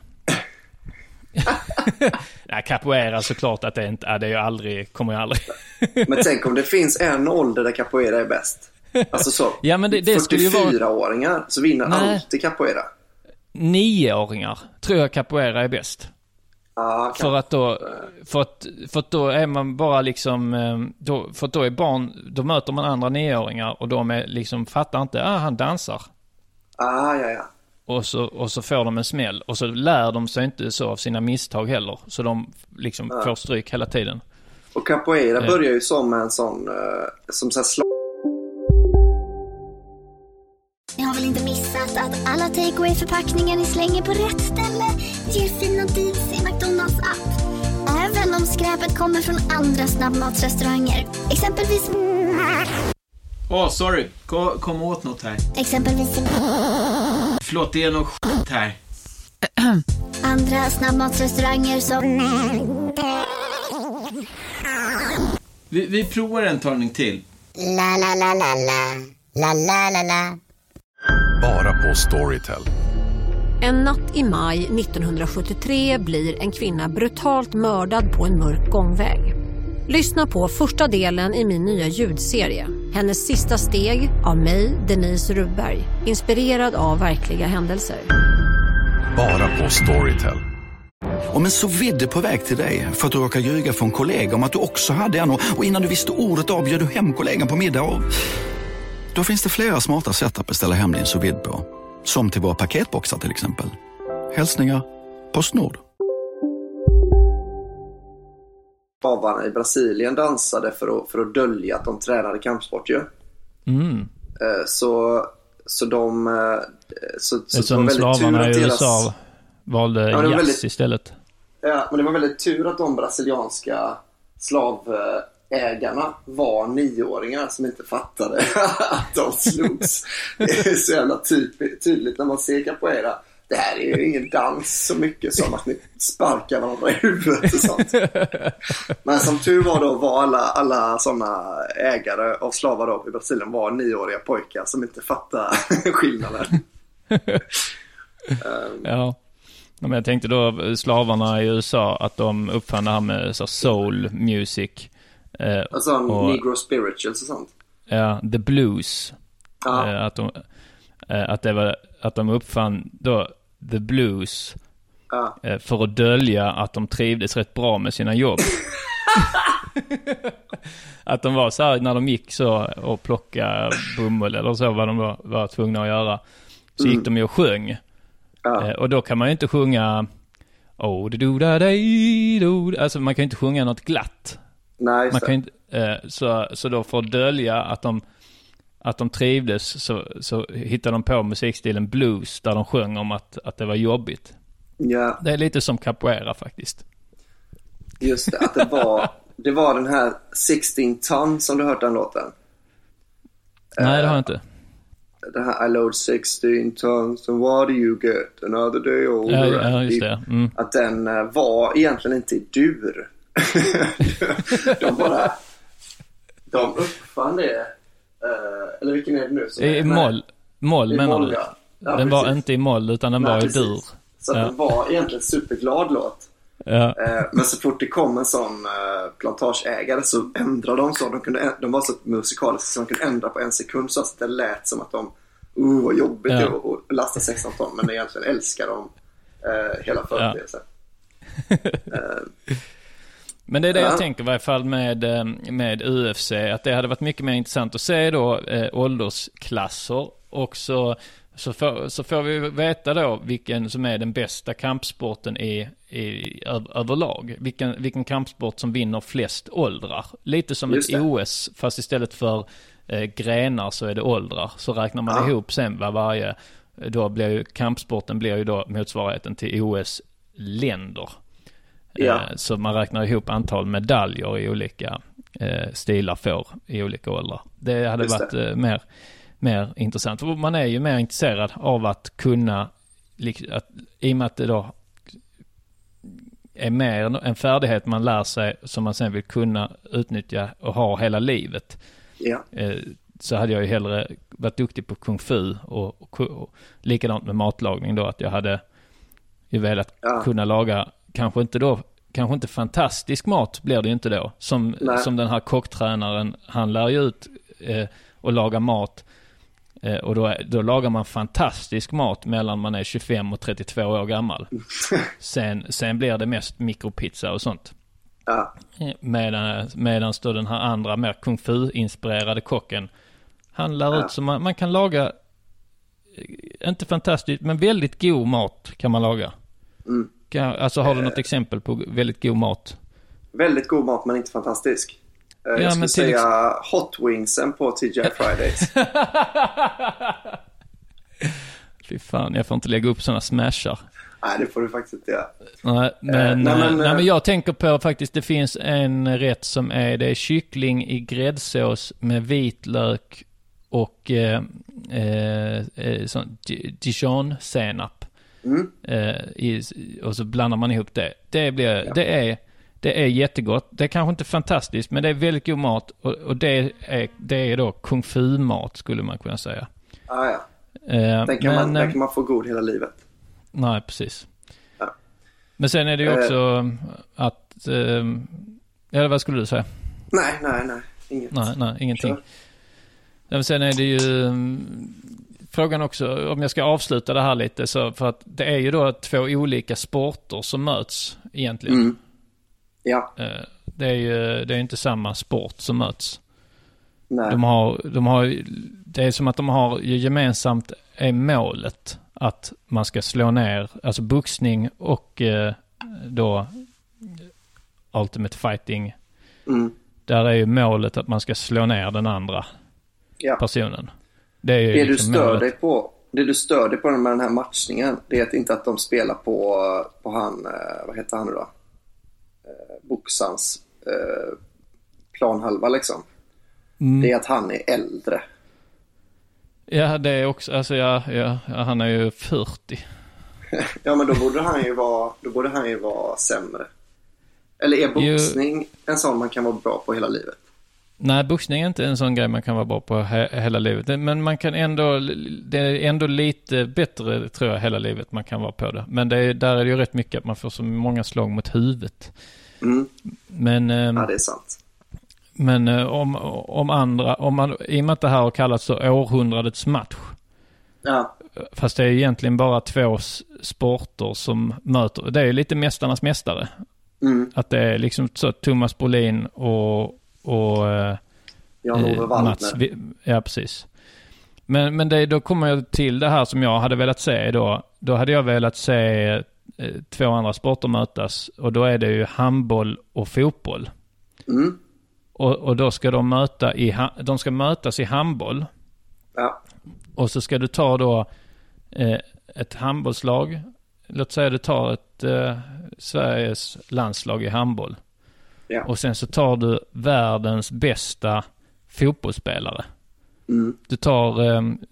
Nej, capoeira såklart att det inte är, det är ju aldrig, kommer ju aldrig. Men tänk om det finns en ålder där capoeira är bäst. Alltså så, ja, men det 44-åringar så vinner alltid capoeira. 9-åringar tror jag capoeira är bäst. För att då är man bara liksom för att då är barn, då möter man andra 9-åringar och de är liksom, fattar inte, han dansar. Ja. Och så får de en smäll, och så lär de sig inte så av sina misstag heller, så de liksom får stryk hela tiden. Och capoeira börjar ju som en sån som så här Ni har väl inte missat att alla takeaway-förpackningar ni slänger på rätt ställe ger fina deals i McDonalds app. Även om skräpet kommer från andra snabbmatsrestauranger. Exempelvis... sorry. Kom åt något här. Exempelvis... Förlåt, det är något skit här. Andra snabbmatsrestauranger som... Vi provar en talning till. La la la la la. La la la la. Bara på Storytel. En natt i maj 1973 blir en kvinna brutalt mördad på en mörk gångväg. Lyssna på första delen i min nya ljudserie. Hennes sista steg av mig, Denise Rubberg. Inspirerad av verkliga händelser. Bara på Storytel. Om en sous-vide på väg till dig för att du råkar ljuga för en kollega om att du också hade en, och innan du visste ordet av bjöd du hem kollegan på middag och... Då finns det flera smarta sätt att beställa hem din sous-vide på. Som till våra paketboxar till exempel. Hälsningar PostNord. Slavarna i Brasilien dansade för att dölja att de tränade kampsport ju. Så de som slavarna i USA valde jazz istället. Ja, men det var väldigt tur att de brasilianska slavägarna var 9-åringar som inte fattade att de slogs. Det är så jävla tydligt när man ser capoeira. Det här är ju ingen dans så mycket som att ni sparkar varandra i huvudet och sånt. Men som tur var alla sådana ägare av slavar då i Brasilien var 9-åriga pojkar som inte fattar skillnaden. Ja. Men jag tänkte då slavarna i USA att de uppfann det här med så soul music. Alltså negro spirituals och sånt. Ja, the blues. Att de uppfann då the blues för att dölja att de trivdes rätt bra med sina jobb. Att de var så här när de gick så och plocka bomull eller så, vad de var tvungna att göra, så gick de ju och sjöng. Och då kan man ju inte sjunga alltså man kan ju inte sjunga något glatt. Nej, man kan inte, så då för att dölja att de trivdes så hittade de på musikstilen blues där de sjöng om att det var jobbigt. Ja. Det är lite som capoeira faktiskt. Just det, att det var den här 16 ton som du hört den låten. Nej, det har jag inte. Det här I load 16 tons and what do you get another day older. Ja, just det. Att den var egentligen inte i dur. de uppfann det. Eller vilken är det nu? I moll menar du? Ja, den precis. var inte i moll utan den var i dur. Så den var egentligen superglad låt. Ja. Men så fort det kom en sån plantageägare så ändrade de så. De var så musikaliska så de kunde ändra på en sekund så att det lät som att de vad jobbigt att lasta 16 ton. Men egentligen älskar de hela företeelsen. Men det är det jag tänker i varje fall med UFC, att det hade varit mycket mer intressant att se då åldersklasser, och så får vi veta då vilken som är den bästa kampsporten överlag. Vilken kampsport som vinner flest åldrar. Lite som ett OS, fast istället för grenar så är det åldrar. Så räknar man ihop sen vad varje, då blir ju kampsporten blir ju då motsvarigheten till OS-länder. Ja. Så man räknar ihop antal medaljer i olika stilar får i olika åldrar. Det hade varit mer intressant. För man är ju mer intresserad av att kunna, i och med att det då är mer en färdighet man lär sig som man sen vill kunna utnyttja och ha hela livet. Ja. Så hade jag ju hellre varit duktig på kung fu och likadant med matlagning då, att jag hade ju velat kunna laga kanske inte fantastisk mat blir det ju inte då. Som den här kocktränaren, han lär ju ut och laga mat. Och då lagar man fantastisk mat mellan man är 25 och 32 år gammal. Sen blir det mest mikropizza och sånt. Ja. Medan då den här andra mer kung fu-inspirerade kocken, han lär ut som man kan laga, inte fantastiskt, men väldigt god mat kan man laga. Alltså har du något exempel på väldigt god mat? Väldigt god mat men inte fantastisk. Jag skulle säga hot wingsen på TGI Fridays. Fy fan, jag får inte lägga upp sådana smashar. Nej, det får du faktiskt inte göra. Men jag tänker på faktiskt, det finns en rätt som det är kyckling i gräddsås med vitlök och Dijon-senap. Och så blandar man ihop det. Det är jättegott. Det är kanske inte fantastiskt, men det är väldigt god mat. Och det är då kung fu-mat, skulle man kunna säga. Den kan man få god hela livet. Nej, precis. Ja. Men sen är det ju också att... eller vad skulle du säga? Nej. Inget. Nej, ingenting. Men sen är det ju... frågan också, om jag ska avsluta det här lite, så för att det är ju då 2 olika sporter som möts egentligen. Ja. Det är inte samma sport som möts. Nej. De har det är som att de har gemensamt är målet att man ska slå ner, alltså boxning och då Ultimate Fighting. Där är ju målet att man ska slå ner den andra personen. Det är ju det liksom det du stör dig på med den här matchningen, det är inte att de spelar på han, vad heter han nu då? Boxans planhalva liksom. Det är att han är äldre. Ja, det är också, alltså han är ju 40. Ja, men då borde han ju vara sämre. Eller är boxning en sån man kan vara bra på hela livet? Nej, boxning är inte en sån grej man kan vara bra på hela livet. Men man kan det är ändå lite bättre, tror jag, hela livet man kan vara på det. Men där är det ju rätt mycket att man får så många slag mot huvudet. Men ja, det är sant. Men om man, i och med att det här har kallats så århundradets match. Ja. Fast det är egentligen bara 2 sporter som möter. Det är lite mästarnas mästare. Att det är liksom så Thomas Brolin och Jan-Ove Waldner. Ja, precis. Men då kommer jag till det här som jag hade velat se då. Då hade jag velat se 2 andra sporter mötas. Och då är det ju handboll och fotboll. Och då ska de ska mötas i handboll. Ja. Och så ska du ta då ett handbollslag. Låt säga du tar ett Sveriges landslag i handboll. Ja. Och sen så tar du världens bästa fotbollsspelare. Du tar,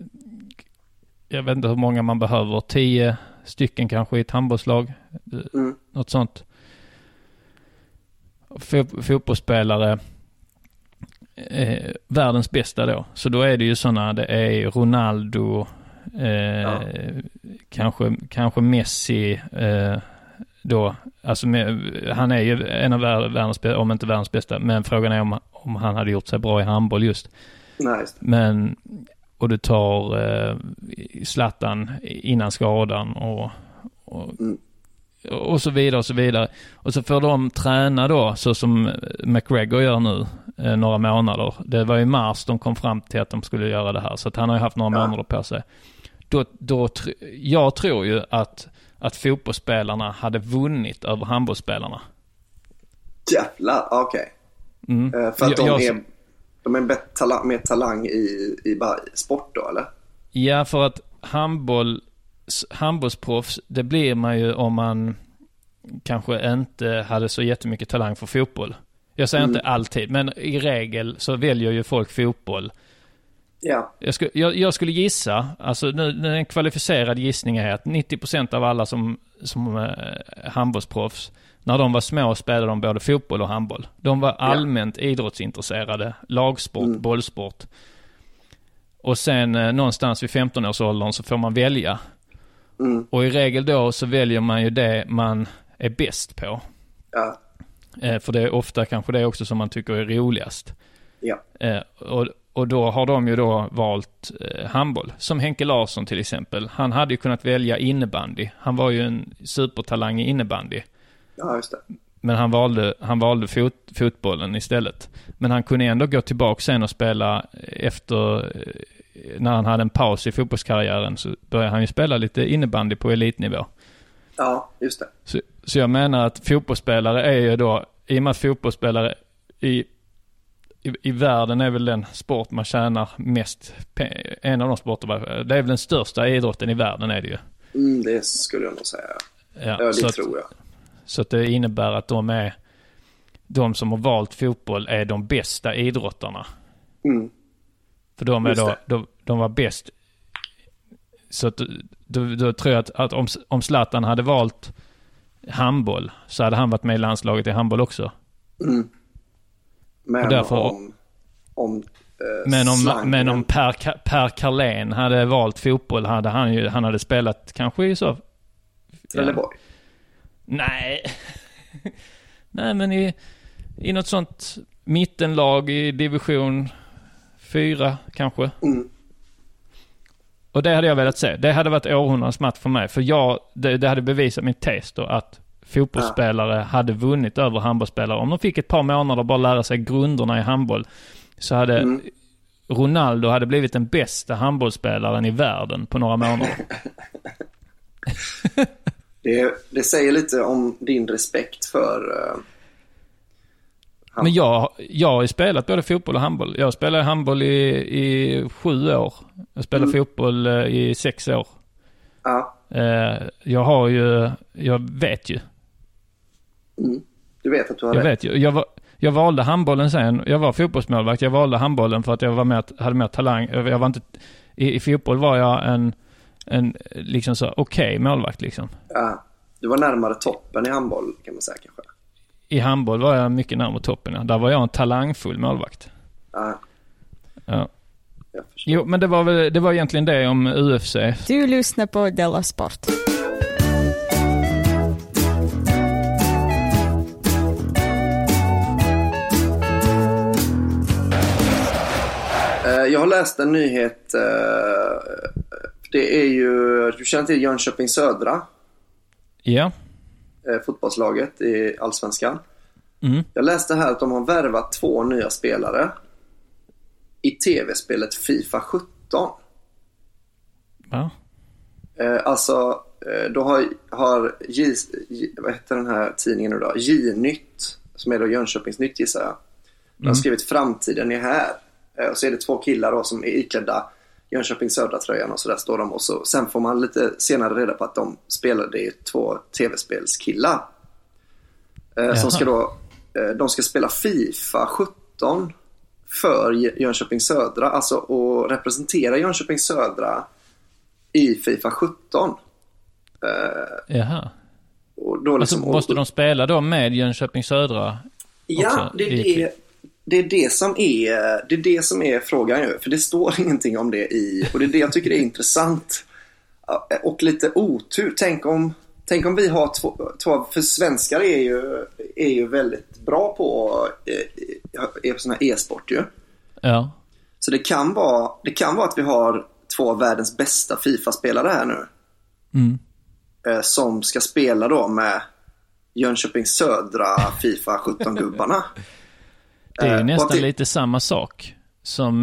jag vet inte hur många man behöver, 10 stycken kanske i ett handbollslag. Något sånt. Fotbollsspelare, världens bästa då. Så då är det ju sådana, det är Ronaldo, kanske Messi, då, alltså han är ju en av världens bästa, om inte världens bästa, men frågan är om han hade gjort sig bra i handboll just. Nice. Men, och du tar Zlatan innan skadan och så vidare och så vidare. Och så får de träna då, så som McGregor gör nu, några månader. Det var i mars de kom fram till att de skulle göra det här. Så att han har ju haft några månader på sig. Jag tror ju att fotbollsspelarna hade vunnit över handbollsspelarna. Jävlar, okej. För att de är mer talang i bara sport då, eller? Ja, för att handbollsproffs, det blir man ju om man kanske inte hade så jättemycket talang för fotboll. Jag säger inte alltid, men i regel så väljer ju folk fotboll. Ja. Jag skulle gissa, alltså nu en kvalificerad gissning är att 90% av alla som handbollsproffs, när de var små spelade de både fotboll och handboll. De var allmänt idrottsintresserade, lagsport, bollsport. Och sen någonstans vid 15-årsåldern så får man välja. Och i regel då så väljer man ju det man är bäst på. Ja. För det är ofta kanske det också som man tycker är roligast. Ja. Och då har de ju då valt handboll. Som Henke Larsson till exempel. Han hade ju kunnat välja innebandy. Han var ju en supertalang i innebandy. Ja, just det. Men han valde fotbollen istället. Men han kunde ändå gå tillbaka sen och spela efter, när han hade en paus i fotbollskarriären, så började han ju spela lite innebandy på elitnivå. Ja, just det. Så jag menar att fotbollsspelare är ju då, i och med att fotbollsspelare i världen är väl den sport man tjänar mest, en av de sporter, det är väl den största idrotten i världen är det ju. Det skulle jag nog säga. Ja, det tror jag. Så att det innebär att de som har valt fotboll är de bästa idrottarna. För de var bäst. Så att, då tror jag att om Zlatan hade valt handboll så hade han varit med i landslaget i handboll också. Men därför, men om Per Carlén hade valt fotboll hade han hade spelat kanske i så Trelleborg. Nej. Nej, men i något sånt mittenlag i division 4 kanske. Och det hade jag velat se. Det hade varit århundradets match för mig. För det hade bevisat min tes då att fotbollsspelare hade vunnit över handbollsspelare. Om de fick ett par månader bara lära sig grunderna i handboll, så hade Ronaldo hade blivit den bästa handbollsspelaren i världen på några månader. Det säger lite om din respekt för Men jag har ju spelat både fotboll och handboll. Jag spelade handboll i 7 år. Jag spelade fotboll i 6 år. Ja. Jag vet ju. Du vet att du har rätt. Jag valde handbollen sen. Jag var fotbollsmålvakt. Jag valde handbollen för att jag hade mer talang. Jag var inte, i fotboll var jag en liksom så okej målvakt liksom. Ja. Du var närmare toppen i handboll kan man säga kanske. I handboll var jag mycket närmare toppen. Ja. Där var jag en talangfull målvakt. Ja. Jo, men det var egentligen det om UFC. Du lyssnar på Della Sport. Jag har läst en nyhet. Det är ju, du känner till Jönköping Södra? Ja. Fotbollslaget i Allsvenskan. Jag läste här att de har värvat 2 nya spelare i tv-spelet FIFA 17. Ja. Alltså då har vad heter den här tidningen nu då? J-Nytt, som är då Jönköpings Nytt gissar jag. De har skrivit framtiden är här. Och så är det 2 killar då som är iklädda Jönköping Södra tröjan och så där står de, och så sen får man lite senare reda på att de spelade i 2 tv-spelskillar som ska då de ska spela FIFA 17 för Jönköping Södra, alltså och representera Jönköping Södra i FIFA 17. Jaha. Och då liksom, alltså, måste de spela då med Jönköping Södra? Ja, det är det som är frågan ju. För det står ingenting om det i. Och det är det jag tycker är intressant. Och lite otur. Tänk om vi har två för svenskar är ju väldigt bra på sån här e-sport ju. Ja. Så det kan vara att vi har 2 av världens bästa FIFA-spelare här nu. som ska spela då med Jönköping Södra FIFA 17-gubbarna. Det är ju nästan lite samma sak som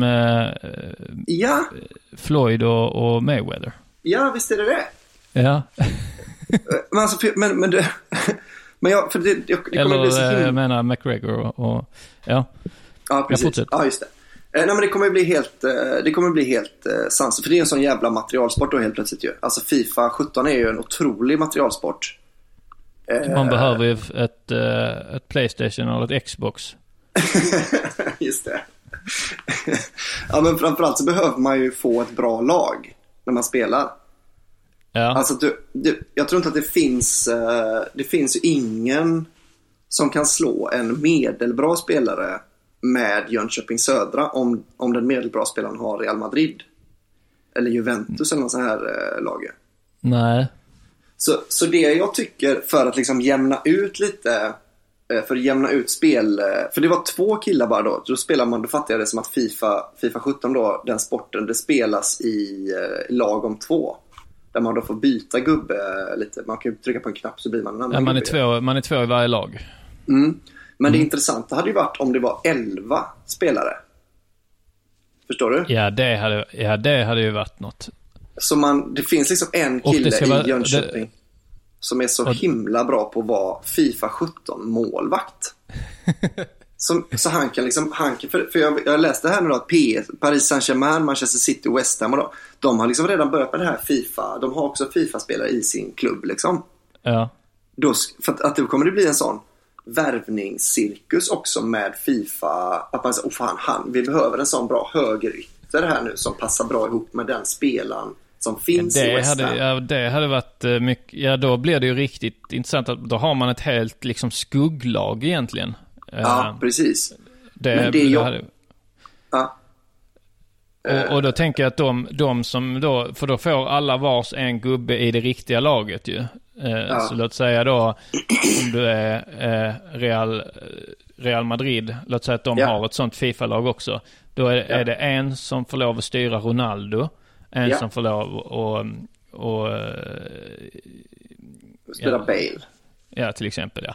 Floyd och Mayweather. Ja, visst är det. Ja. Men alltså, men jag, för det kommer bli så himla... jag menar McGregor och ja. Ja, precis. Ja, just det. Nej, men det kommer bli helt sans. För det är en sån jävla materialsport då helt plötsligt ju. Alltså FIFA 17 är ju en otrolig materialsport. Man behöver ju ett PlayStation eller ett Xbox. Just det. Ja, men framförallt så behöver man ju få ett bra lag när man spelar. Ja. Alltså jag tror inte att det finns ju ingen som kan slå en medelbra spelare med Jönköping Södra om den medelbra spelaren har Real Madrid eller Juventus eller någon sån här lag. Nej. Så det jag tycker för att liksom jämna ut lite, för att jämna ut spel, för det var 2 killar bara då spelar man, då fattar jag det som att FIFA 17 då, den sporten, det spelas i lag om 2. Där man då får byta gubbe lite. Man kan ju trycka på en knapp så blir man en annan gubbe. Man är två i varje lag. Men det intressanta hade ju varit om det var 11 spelare. Förstår du? Ja, det hade ju varit något. Så det finns liksom en kille i Jönköping som är så himla bra på att vara FIFA 17 målvakt. Så han kan liksom, för jag läste här nu då att Paris Saint-Germain, Manchester City och West Ham och då, de har liksom redan börjat med det här FIFA. De har också FIFA-spelare i sin klubb liksom. Ja. Då, för att det kommer det bli en sån värvningscirkus också med FIFA, att man säger, vi behöver en sån bra högerytter här nu som passar bra ihop med den spelaren som finns i West Ham. Det hade varit mycket, ja då blir det ju riktigt intressant att då har man ett helt liksom skugglag egentligen. Ja, precis. Och då tänker jag att de som då, för då får alla vars en gubbe i det riktiga laget ju. Så låt säga då om du är Real Madrid, låt säga att de har ett sånt FIFA-lag också. Då är det en som får lov att styra Ronaldo, en som får lov att spela Bale. Ja, till exempel,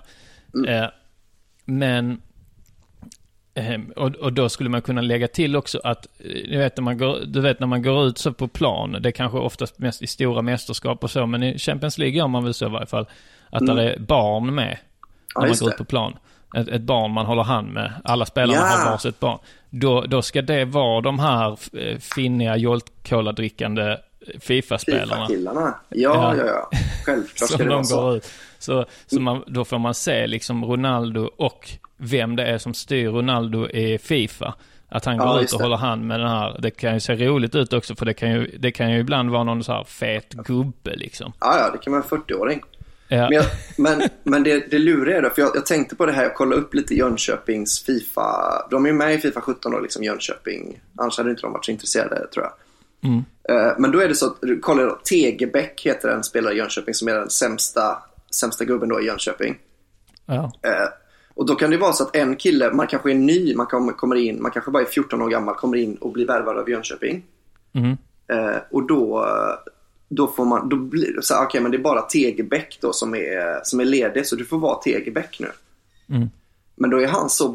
men och då skulle man kunna lägga till också att när man går ut så på plan, det är kanske oftast mest i stora mästerskap och så, men i Champions League gör man väl så i varje fall att där är barn med när man går ut på plan. Ett barn man håller hand med, alla spelarna har varsitt barn. Då ska det vara de här finniga Jolt-Cola-drickande FIFA-spelarna. FIFA-killarna. Ja. Självklart ska det vara så. Så då får man se liksom Ronaldo och vem det är som styr Ronaldo i FIFA. Att han går ut och håller hand med den här. Det kan ju se roligt ut också, för det kan ju ibland vara någon så här fet gubbe liksom. Ja, det kan vara en 40-åring. Ja. Men det luriga är då, för jag tänkte på det här, jag kollade upp lite Jönköpings FIFA. De är ju med i FIFA 17 då, liksom Jönköping. Annars hade inte de varit så intresserade, tror jag. Men då är det så att, kolla då, Tegebäck heter en spelare i Jönköping som är den sämsta gubben då i Jönköping. Ja. Och då kan det vara så att en kille, man kanske är ny, man kanske bara är 14 år gammal, kommer in och blir värvad av Jönköping. Och då blir det så här, okej, men det är bara Tegebäck då som är ledig, så du får vara Tegebäck nu. Men då är han så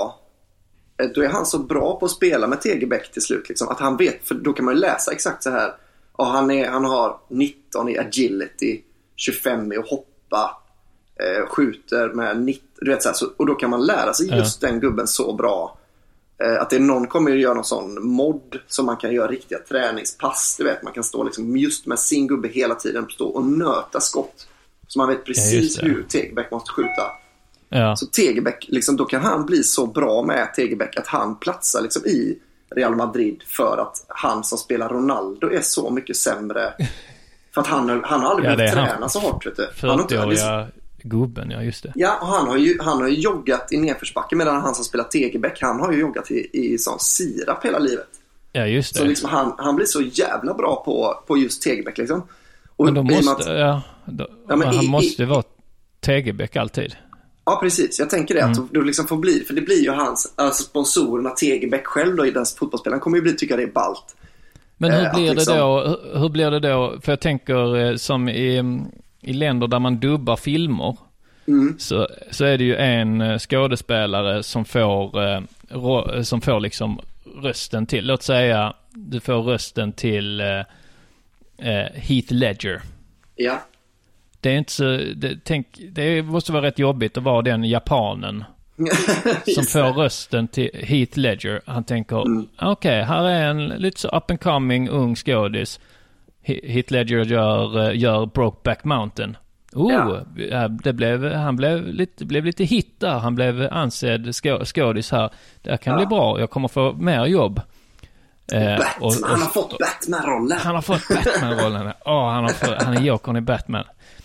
bra på att spela med Tegebäck till slut liksom, att han vet, för då kan man ju läsa exakt så här, och han har 19 i agility, 25 i att hoppa, skjuter med 90, du vet så här, och då kan man lära sig just den gubben så bra att någon kommer att göra någon sån mod som man kan göra riktiga träningspass, du vet, man kan stå liksom just med sin gubbe hela tiden, stå och nöta skott så man vet precis hur Tegebäck måste skjuta. Så Tegebäck liksom, då kan han bli så bra med Tegebäck att han platsar liksom i Real Madrid, för att han som spelar Ronaldo är så mycket sämre, för att han har aldrig behövt träna så hårt, vet du. 40-åriga gubben, ja just det. Ja, och han har ju joggat i nedförsbacke, medan han som spelar Tegebäck, han har ju joggat i sån sirap hela livet. Ja, just det. Så liksom han blir så jävla bra på just Tegebäck liksom. Och men då måste han måste vara Tegebäck alltid. Ja, precis. Jag tänker det, att du liksom får bli, för det blir ju hans, alltså sponsorerna, Tegebäck själv då, i den fotbollsspelaren kommer ju tycka det är ballt. Men hur blir det då? För jag tänker som i länder där man dubbar filmer så är det ju en skådespelare som får liksom rösten till, låt säga du får rösten till Heath Ledger. Ja. Det är inte så, det måste vara rätt jobbigt att vara den japanen som får rösten till Heath Ledger. Han tänker, okej, här är en lite så up and coming ung skådis. Heath Ledger gör Brokeback Mountain. Det blev lite hit där. Han blev ansedd skådis här. Det kan bli bra. Jag kommer få mer jobb. Han har fått Batman-rollen. Han har fått Batman-rollen. Han är Jokern i Batman.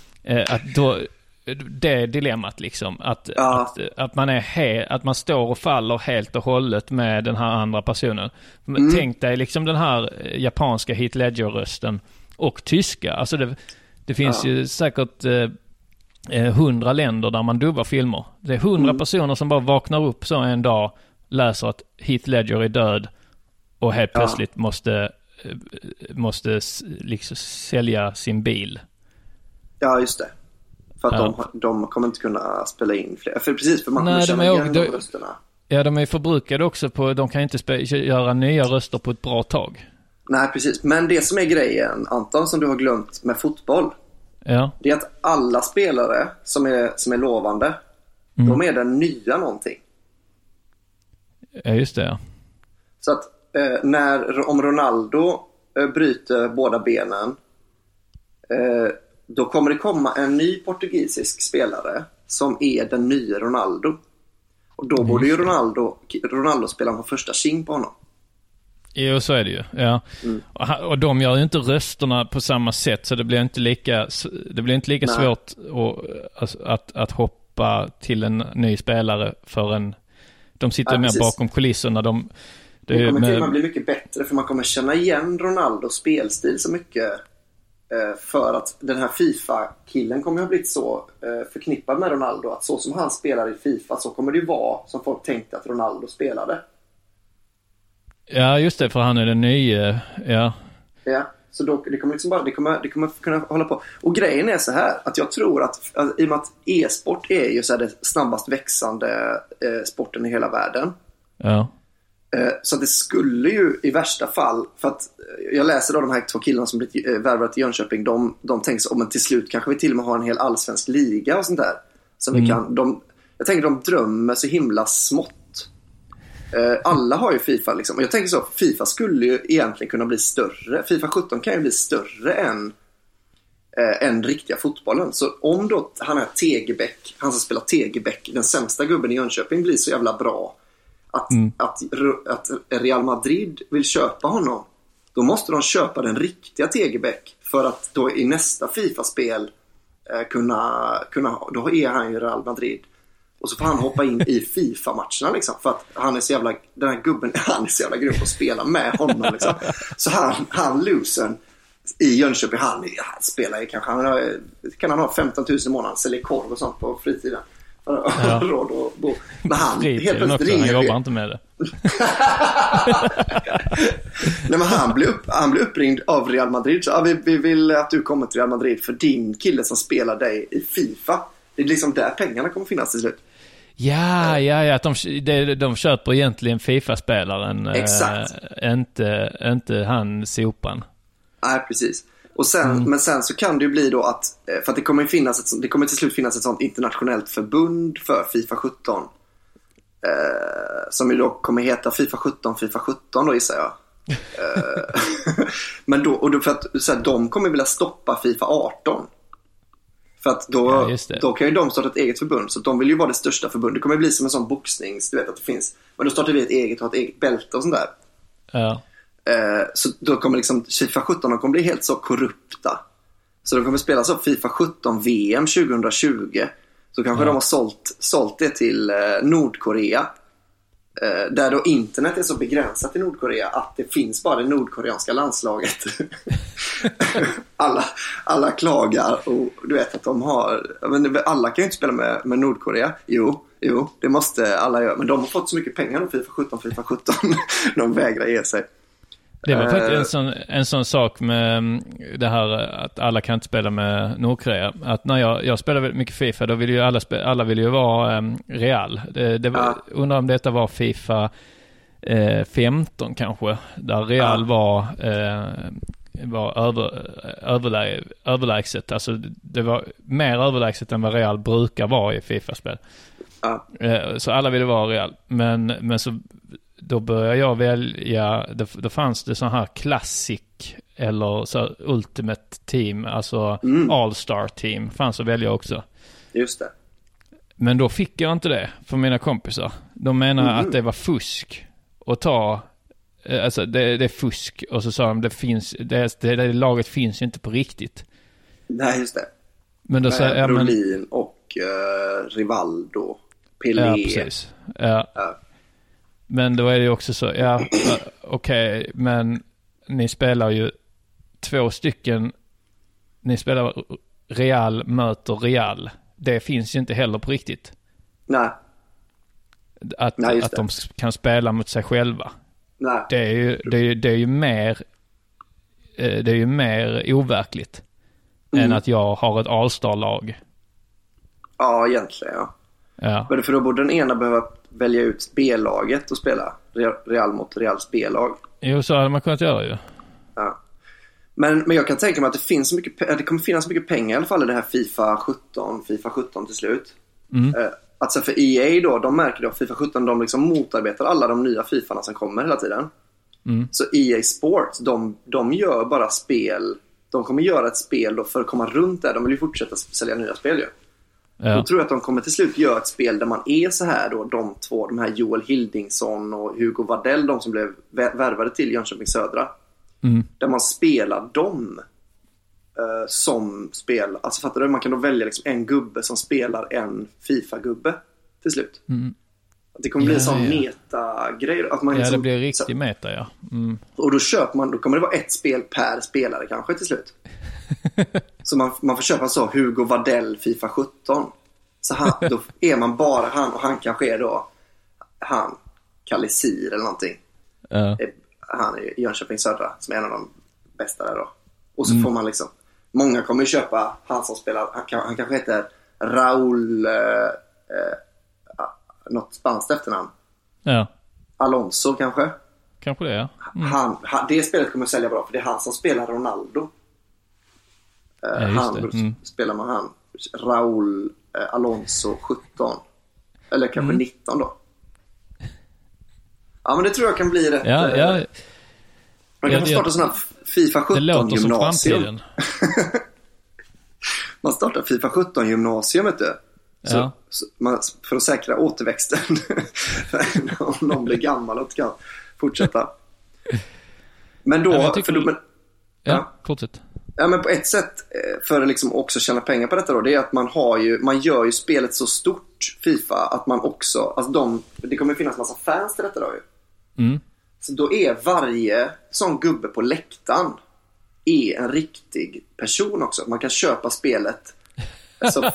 Det är dilemmat liksom att man att man står och faller helt och hållet med den här andra personen. Tänk dig liksom den här japanska Heath Ledger-rösten och tyska. Alltså det finns ju säkert 100 länder där man dubbar filmer. Det är 100 personer som bara vaknar upp så en dag, läser att Heath Ledger är död och helt plötsligt måste liksom sälja sin bil. Ja, just det. För att de kommer inte kunna spela in fler. För man kommer känna igen de rösterna. Ja, de är förbrukade också de kan inte göra nya röster på ett bra tag. Nej, precis. Men det som är grejen, Anton, som du har glömt med fotboll, det är att alla spelare som är lovande, de är den nya någonting. Ja, just det. Ja. Så att om Ronaldo bryter båda benen, då kommer det komma en ny portugisisk spelare som är den nya Ronaldo. Och då borde ju Ronaldo spela på första king på honom. Jo, så är det ju. Ja. Och de gör ju inte rösterna på samma sätt, så det blir inte lika svårt att hoppa till en ny spelare för de sitter mer bakom kulisserna. Det kommer till att bli mycket bättre, för man kommer känna igen Ronaldos spelstil så mycket, för att den här FIFA-killen kommer ha blivit så förknippad med Ronaldo att så som han spelar i FIFA, så kommer det ju vara som folk tänkte att Ronaldo spelade. Ja, just det, för han är den nya. Ja, så då, det kommer liksom bara, det kommer kunna hålla på. Och grejen är så här, att jag tror att i och med att e-sport är ju så här det snabbast växande sporten i hela världen. Ja. Så det skulle ju i värsta fall, för att jag läser då de här 2 killarna som blivit värvade till Jönköping, de tänker så, men till slut kanske vi till och med har en hel allsvensk liga och sånt där. Så vi kan, jag tänker de drömmer så himla smått. Alla har ju FIFA liksom. Och jag tänker så, FIFA skulle ju egentligen kunna bli större. FIFA 17 kan ju bli större än riktiga fotbollen. Så om då han är Tegebäck, han som spelar Tegebäck, den sämsta gubben i Jönköping, blir så jävla bra att Real Madrid vill köpa honom, då måste de köpa den riktiga Tegebäck för att då i nästa FIFA-spel då är han ju Real Madrid. Och så får han hoppa in i FIFA-matcherna liksom, för att han är så jävla, den här gubben, han är så jävla grym att spela med honom liksom. Så han losern i Jönköping, han spelar ju kanske, kan han ha 15 000 i månaden, säljer korv och sånt på fritiden. Råd och bo. Men han helt plötsligt ringer, han jobbar inte med det. Nej, men han blir uppringd av Real Madrid, så vi vill att du kommer till Real Madrid för din kille som spelar dig i FIFA. Det är liksom där pengarna kommer finnas till slut. Ja, att de köper egentligen FIFA-spelaren. Exakt. Inte han sopan. Nej, precis. Och sen, men sen så kan det ju bli då att, för att det kommer till slut finnas ett sånt internationellt förbund för FIFA 17, som ju då kommer heta FIFA 17 då, gissar jag. Men då för att så här, de kommer vilja stoppa FIFA 18. För att då kan ju de starta ett eget förbund. Så de vill ju vara det största förbundet. Det kommer bli som en sån boxnings, du vet att det finns. Men då startar vi ett eget och har ett eget bälte och sånt där. Ja. Så då kommer liksom FIFA 17, de kommer bli helt så korrupta. Så de kommer spela så FIFA 17 VM 2020. Så kanske de har sålt det till Nordkorea. Där då internet är så begränsat i Nordkorea att det finns bara det nordkoreanska landslaget. alla klagar, och du vet att de har, men alla kan ju inte spela med Nordkorea. Jo, det måste alla göra. Men de har fått så mycket pengar om FIFA 17 de vägrar ge sig. Det var faktiskt en sån sak med det här att alla kan inte spela med Nordkorea. Att när jag spelade väldigt mycket FIFA, då ville ju alla ville ju vara Real. Undrar om detta var FIFA 15 kanske, där Real var överlägset. Alltså det var mer överlägset än vad Real brukar vara i FIFA-spel. Så alla ville vara Real. Men så då började jag välja, då fanns det sån här classic eller så ultimate team, alltså all-star team fanns att välja också. Just det. Men då fick jag inte det för mina kompisar. De menar att det var fusk att ta, alltså det är fusk, och så sa de det laget finns ju inte på riktigt. Nej, just det. Men då sa jag, Brolin och Rivaldo, Pelé. Ja, precis. Ja. Men då är det ju också så, okej, men ni spelar ju ni spelar Real möter Real. Det finns ju inte heller på riktigt. Nej. Att de kan spela mot sig själva. Nej. Det är ju mer overkligt än att jag har ett all-star-lag. Ja, egentligen, ja. Men för då borde den ena behöva välja ut B-laget och spela Real mot Reals B-lag. Jo, så hade man kunnat göra ju. Ja. Men jag kan tänka mig att det kommer finnas mycket pengar i alla fall i det här FIFA 17 till slut. Alltså för EA då, de märker då FIFA 17, de liksom motarbetar alla de nya FIFA:na som kommer hela tiden. Så EA Sports, de gör bara spel. De kommer göra ett spel då för att komma runt där. De vill ju fortsätta sälja nya spel ju. Ja. Då tror jag att de kommer till slut göra ett spel där man är så här då, de här Joel Hildingsson och Hugo Vadell, de som blev värvade till Jönköping Södra. Där man spelar dem som spel. Alltså fattar du? Man kan då välja liksom en gubbe som spelar en FIFA-gubbe till slut. Att det kommer bli en sån meta-grej. Att man liksom, det blir riktigt meta, ja. Och då kommer det vara ett spel per spelare kanske till slut. Så man får köpa så Hugo Vadell FIFA 17. Så då är man bara han, och han kanske är då han Kalisir eller någonting. Han är Jönköping Södra som är en av de bästa där då. Och så får man liksom, många kommer ju köpa han som spelar, han kanske heter Raúl något spanskt efternamn. Ja. Alonso kanske. Kanske det, ja. Det spelet kommer att sälja bra, för det är han som spelar Ronaldo. Spelar man han Raúl Alonso 17 eller kanske 19 då. Ja, men det tror jag kan bli rätt. Man kan starta sån här FIFA 17 gymnasium. Man startar FIFA 17 gymnasium, vet du. Så för att säkra återväxten om någon blir gammal och kan fortsätta. Men då fortsätt. Ja, men på ett sätt för att liksom också tjäna pengar på detta då, det är att man gör ju spelet så stort, FIFA, att man också, alltså det kommer finnas massa fans till detta då ju. Så då är varje sån gubbe på läktaren är en riktig person också. Man kan köpa spelet, alltså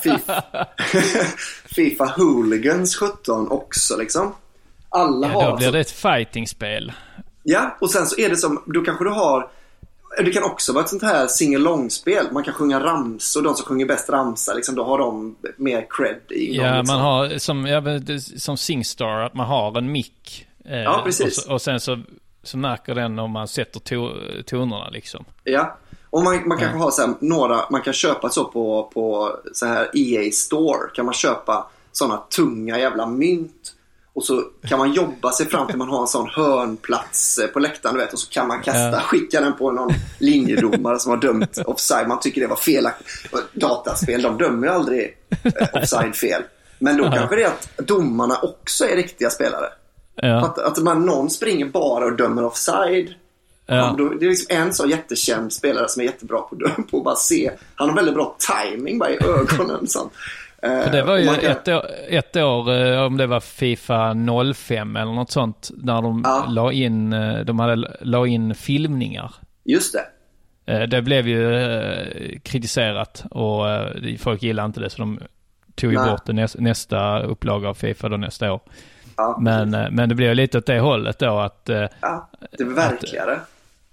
FIFA Hooligans 17 också liksom. Alla har, då blir det ett fighting-spel. Ja, och sen så är det som, då kanske det kan också vara ett sånt här sing-along-spel. Man kan sjunga ramsor, de som sjunger bäst ramsa liksom, då har de mer cred i dem. Ja, liksom. man har som Singstar, att man har en mic. Ja, precis. Och sen så märker den om man sätter tonerna liksom. Ja, och man kanske har så här, man kan köpa så på så här EA Store kan man köpa såna tunga jävla mynt. Och så kan man jobba sig fram till man har en sån hörnplats på läktaren, du vet. Och så kan man skicka den på någon linjedomare som har dömt offside. Man tycker det var felaktigt. Dataspel, de dömer ju aldrig offside fel. Men då kanske det är att domarna också är riktiga spelare. Att någon springer bara och dömer offside. Det är liksom en så jättekänd spelare som är jättebra på att bara se. Han har väldigt bra timing bara i ögonen sånt. För det var ju ett år, om det var FIFA 05 eller något sånt, när de la in filmningar. Just det. Det blev ju kritiserat och folk gillade inte det, så de tog ju bort nästa upplaga av FIFA då nästa år. Men det blev lite åt det hållet då att det var verkligare.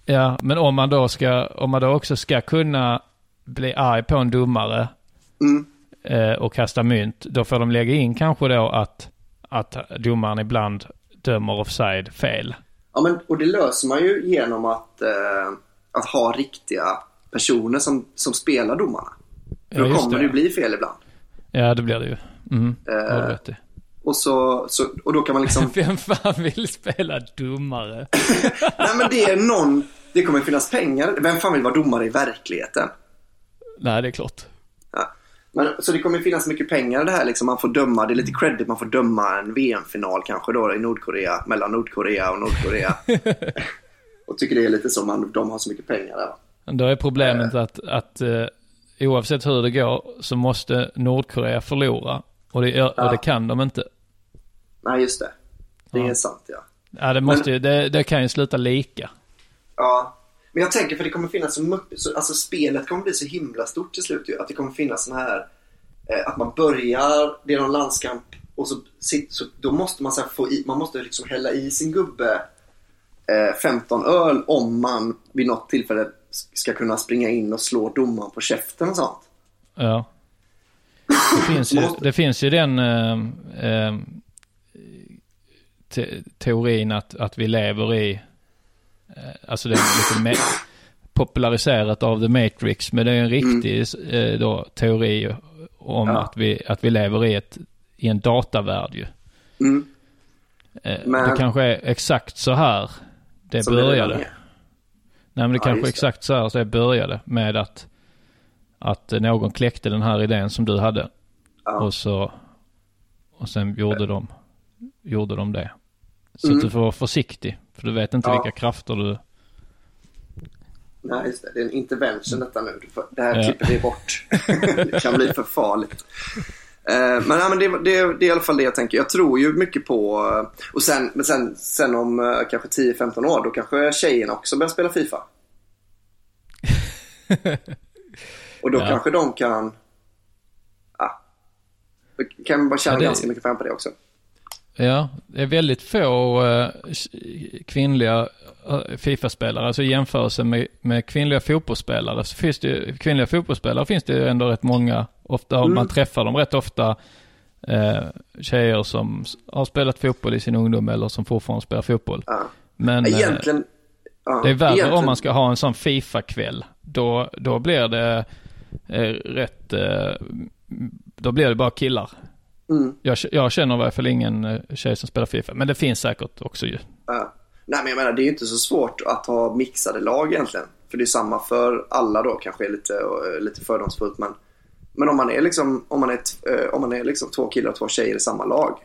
Ja, men om man då också ska kunna bli arg på en domare och kasta mynt, då får de lägga in kanske då att domaren ibland dömer offside fel. Ja, men och det löser man ju genom att ha riktiga personer som spelar domarna. För då kommer det ju bli fel ibland. Ja, det blir det ju. Har du rätt det. Och då kan man liksom... Vem fan vill spela domare? Nej, men det är det kommer finnas pengar. Vem fan vill vara domare i verkligheten? Nej, det är klart. Ja. Men, så det kommer finnas mycket pengar i det här liksom. Man får döma, det är lite credit, man får döma en VM-final kanske då i Nordkorea, mellan Nordkorea och Nordkorea. Och tycker det är lite som de har så mycket pengar där. Då är problemet att oavsett hur det går så måste Nordkorea förlora. Och det kan de inte. Nej, just det. Det är sant, ja. Ja, det kan ju sluta lika. Ja. Men jag tänker, för det kommer finnas alltså spelet kommer bli så himla stort till slut ju, att det kommer finnas sån här att man börjar, det är någon landskamp och så då måste man så här man måste liksom hälla i sin gubbe 15 öl om man vid något tillfälle ska kunna springa in och slå domaren på käften och sånt. Ja. Det finns ju den teorin att vi lever i, alltså det är lite populariserat av The Matrix, men det är en riktig teori om att vi lever i en datavärld ju. Men det kanske är exakt så här det började. Nej, men det kanske är exakt så här så det började med att någon kläckte den här idén som du hade. Och sen gjorde de det. Så att du får vara försiktig, för du vet inte vilka krafter du... Nej, just det. Det är en intervention detta nu. Det här klipper vi bort. Det kan bli för farligt. Men det är i alla fall det jag tänker. Jag tror ju mycket på... Och sen om kanske 10-15 år, då kanske tjejerna också börjar spela FIFA. Och då kanske de kan... kan bara tjäna ganska mycket fram på det också. Ja, det är väldigt få kvinnliga FIFA-spelare. Alltså i jämförelse med kvinnliga fotbollsspelare så finns det ju ändå rätt många. Ofta man träffar dem rätt ofta, tjejer som har spelat fotboll i sin ungdom eller som fortfarande spelar fotboll. Men egentligen, det är värre om man ska ha en sån FIFA-kväll. Då blir det rätt... Då blir det bara killar. Jag känner i varje fall ingen tjej som spelar FIFA. Men det finns säkert också ju. Nej, men jag menar, det är ju inte så svårt att ha mixade lag egentligen. För det är samma för alla då. Kanske är lite fördomsfullt. Men om man är liksom om man är liksom 2 killar och 2 tjejer i samma lag.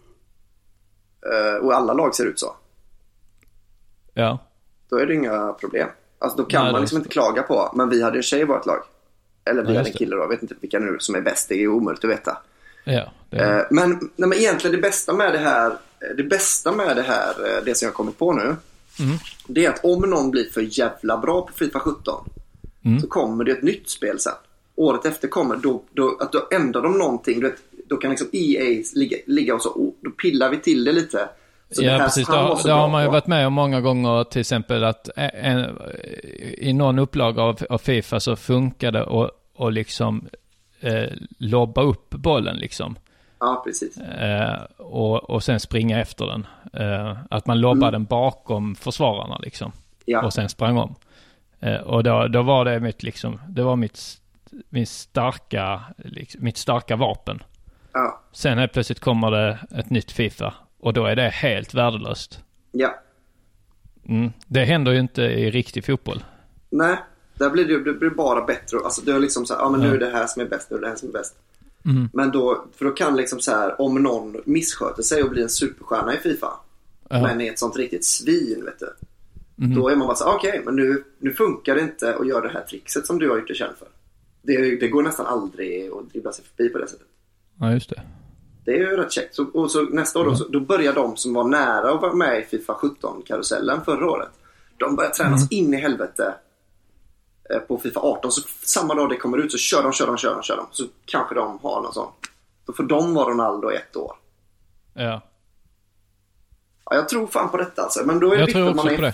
Och alla lag ser ut så. Ja. Då är det inga problem. Alltså då kan man liksom inte klaga på. Men vi hade en tjej i vårt lag. Eller vi hade en kille då. Jag vet inte vilka nu som är bäst. Det är omöjligt att veta. Ja, men egentligen det bästa med det här, det som jag har kommit på nu, det är att om någon blir för jävla bra på FIFA 17 så kommer det ett nytt spel sen. Året efter kommer då ändrar de någonting, då kan liksom EA ligga och så då pillar vi till det lite. Så ja, precis. Det har man ju varit med om många gånger, till exempel att i någon upplaga av FIFA så funkar det och liksom lobba upp bollen liksom. Ja, precis. Och sen springa efter den. Att man lobbar den bakom försvararna liksom. Ja. Och sen sprang om. Och då var det mitt starka vapen. Ja. Sen helt plötsligt kommer det ett nytt FIFA. Och då är det helt värdelöst. Ja. Det händer ju inte i riktig fotboll. Nej, det blir bara bättre. Alltså det är liksom så här, men nu är det här som är bäst, nu är det här som är bäst. Men då kan liksom så här, om någon missköter sig och blir en superstjärna i FIFA, men är ett sånt riktigt svin, vet du. Då är man bara så okej, men nu funkar det inte att göra det här trixet som du har gjort dig känd för. Det går nästan aldrig att dribbla sig förbi på det sättet. Ja, just det. Det är ju rätt käckt. Och så nästa år då börjar de som var nära att vara med i FIFA 17-karusellen förra året. De börjar tränas in i helvete på FIFA 18. Så samma dag det kommer ut så kör de. Så kanske de har någon sån. Då får de vara Ronaldo i 1 år. Ja. Ja, jag tror fan på detta alltså. Men då är det viktigt att man är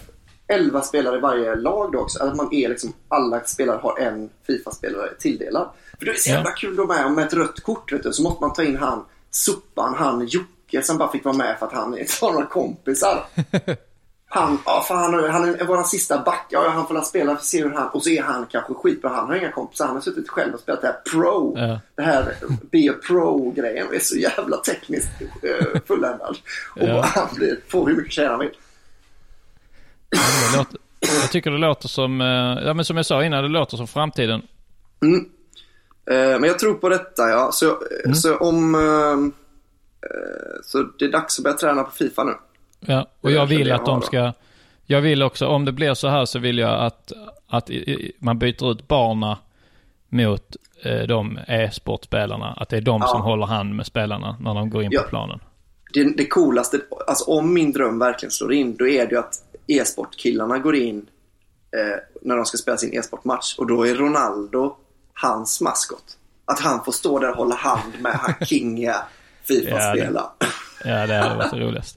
11 spelare i varje lag då också. Att man är liksom, alla spelare har en FIFA-spelare tilldelad. För det är så jävla kul då med ett rött kort, vet du. Så måste man ta in han Suppan, han Jocke som bara fick vara med för att han inte har några kompisar. Han är vår sista back. Ja, han får spela för se hur han. Och så är han kanske skitbra. Han har inga kompisar. Han har suttit själv och spelat det här pro. Det här be a pro-grejen. Det är så jävla tekniskt fulländad. Och han får hur mycket tjejer han vill. Jag tycker det låter som men som jag sa innan, det låter som framtiden. Men jag tror på detta, ja. Så om så det är dags att börja träna på FIFA nu. Ja, och jag vill att de ska... Jag vill också, om det blir så här så vill jag att man byter ut barna mot de e-sportspelarna. Att det är de som håller hand med spelarna när de går in på planen. Det coolaste, alltså om min dröm verkligen slår in, då är det ju att e-sportkillarna går in när de ska spela sin e-sportmatch. Och då är Ronaldo hans maskot. Att han får stå där och hålla hand med han kinga FIFA-spela. Ja, det hade varit roligast.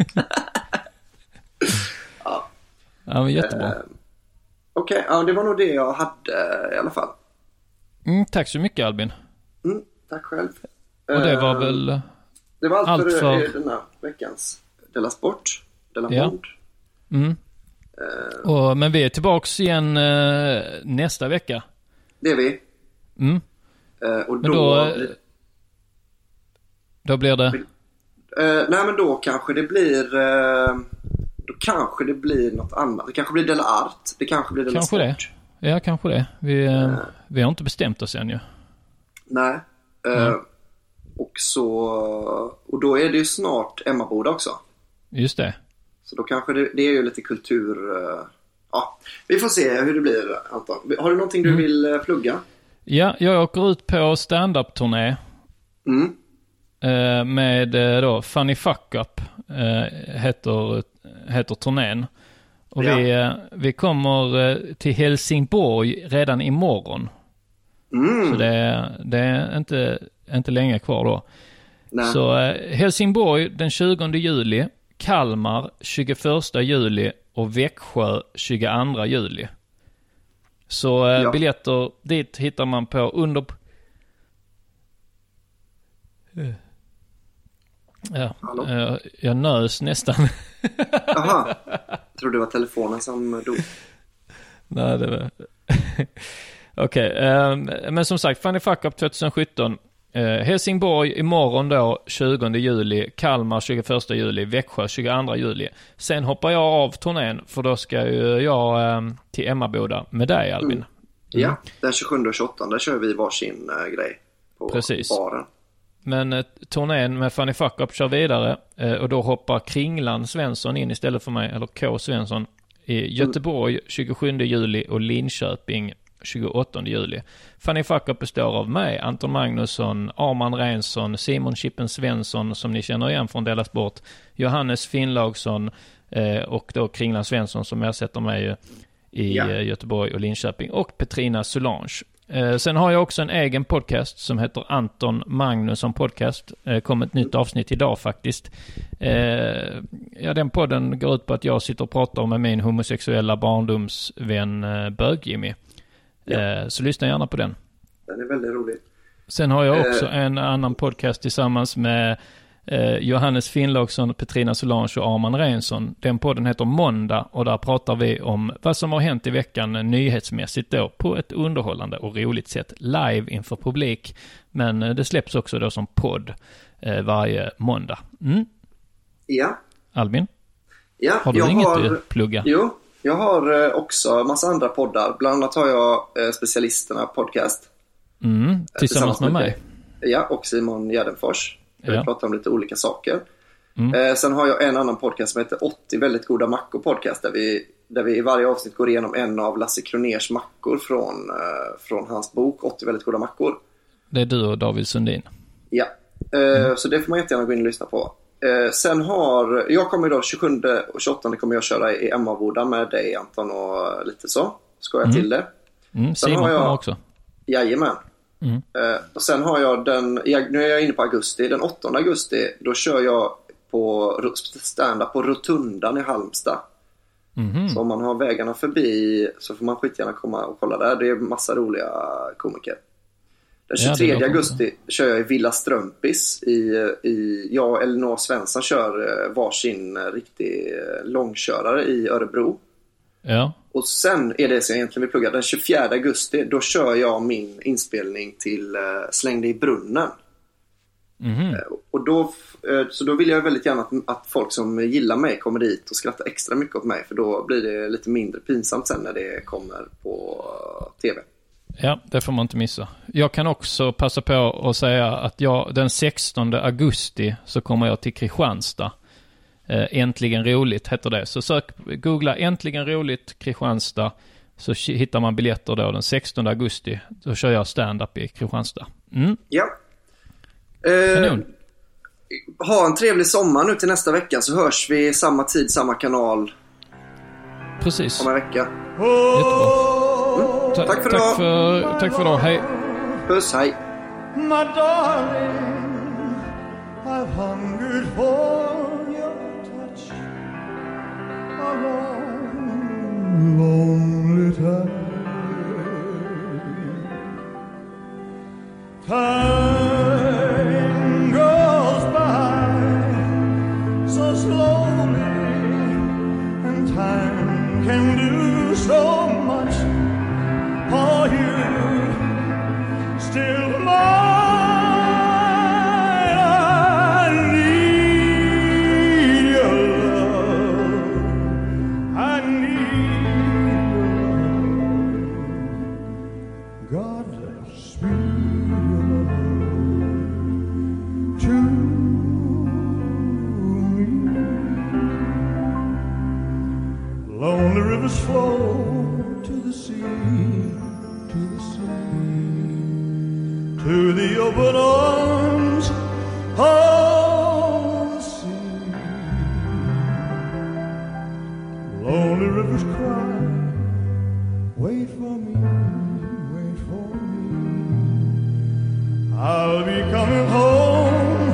Ja, men jättebra. Okej, ja, det var nog det jag hade i alla fall. Tack så mycket, Albin. Tack själv. Och det var väl... Det var allt för den här veckans Della Sport, Della Mond. Men vi är tillbaks igen nästa vecka. Det är vi. Och men då blir det... nej, men då kanske det blir något annat. Det kanske blir Della Art. Det kanske blir Della Sport. Det. Ja, kanske det. Vi har inte bestämt oss än ju. Nej. Och då är det ju snart Emmaboda också. Just det. Så då kanske det är ju lite kultur. Ja, vi får se hur det blir, Anton. Har du någonting du vill plugga? Ja, jag åker ut på stand-up-turné. Med då Funny Fuck Up heter turnén. Och vi kommer till Helsingborg redan imorgon. Så det är inte länge kvar då. Nej. Så Helsingborg den 20 juli, Kalmar 21 juli och Växjö 22 juli. Så biljetter dit hittar man på under... jag nös nästan. Jaha, jag trodde det var telefonen som dog. Nej, det var... Okej, men som sagt, Funny Fuck Up 2017. Helsingborg imorgon då 20 juli, Kalmar 21 juli, Växjö 22 juli. Sen hoppar jag av turnén för då ska ju jag till Emmaboda med dig, Albin. Ja, den 27 och 28 där kör vi varsin grej på baren. Men turnén med Funny Fuck Up kör vidare och då hoppar Kringland Svensson in istället för mig, eller K. Svensson, i Göteborg 27 juli och Linköping 28 juli. Funny Fuck Up består av mig, Anton Magnusson, Arman Rensson, Simon Chippen Svensson som ni känner igen från Della Sport, Johannes Finnlaugsson och då Kringland Svensson som ersätter mig i Göteborg och Linköping, och Petrina Solange. Sen har jag också en egen podcast som heter Anton Magnusson Podcast. Kom ett nytt avsnitt idag faktiskt. Den podden går ut på att jag sitter och pratar med min homosexuella barndomsvän Bög-Jimmy. Så lyssna gärna på den. Den är väldigt rolig. Sen har jag också en annan podcast tillsammans med Johannes Finnlaugsson, Petrina Solange och Arman Rensson. Den podden heter Måndag och där pratar vi om vad som har hänt i veckan nyhetsmässigt då på ett underhållande och roligt sätt live inför publik. Men det släpps också då som podd varje måndag. Ja. Albin? Ja, har du inget att plugga? Jo, jag har också en massa andra poddar. Bland annat har jag Specialisterna podcast. Tillsammans med mig. Ja, och Simon Gärdenfors. Vi pratar om lite olika saker. Sen har jag en annan podcast som heter 80 väldigt goda mackor podcast. Där vi i varje avsnitt går igenom en av Lasse Kroners mackor från hans bok 80 väldigt goda mackor. Det är du och David Sundin. Ja, så det får man jättegärna gå in och lyssna på. Sen har jag kommer då 27 och 28 kommer jag köra i Emmaboda med dig, Anton, och lite så. Ska jag till det. Simon kommer också. Jajamän. Och sen har jag nu är jag inne på augusti. Den 8 augusti då kör jag på stand-up på Rotundan i Halmstad. Så om man har vägarna förbi så får man skitgärna komma och kolla där. Det är massa roliga komiker. Den 23 augusti kör jag i Villa Strömpis. Jag och Elinor Svensson kör varsin riktig långkörare i Örebro. Ja. Och sen är det så jag egentligen vill plugga. Den 24 augusti då kör jag min inspelning till Släng dig i brunnen. Och då vill jag väldigt gärna att folk som gillar mig kommer dit och skrattar extra mycket åt mig. För då blir det lite mindre pinsamt sen när det kommer på tv. Ja, det får man inte missa. Jag kan också passa på att säga att den 16 augusti så kommer jag till Kristianstad. Äntligen roligt heter det. Så googla Äntligen roligt Kristianstad så hittar man biljetter då den 16 augusti. Då kör jag stand-up i Kristianstad. Ja. Ha en trevlig sommar nu till nästa vecka så hörs vi samma tid, samma kanal. Precis. Om en vecka. Jättebra. Tack för idag. Tack för idag. Hej. Puss, hej. My darling, I've hungered for your touch a long, lonely time. Time goes by so slowly, and time can do so much for you. Still mine. Lonely rivers flow to the sea, to the sea, to the open arms of the sea. Lonely rivers cry, wait for me, wait for me. I'll be coming home,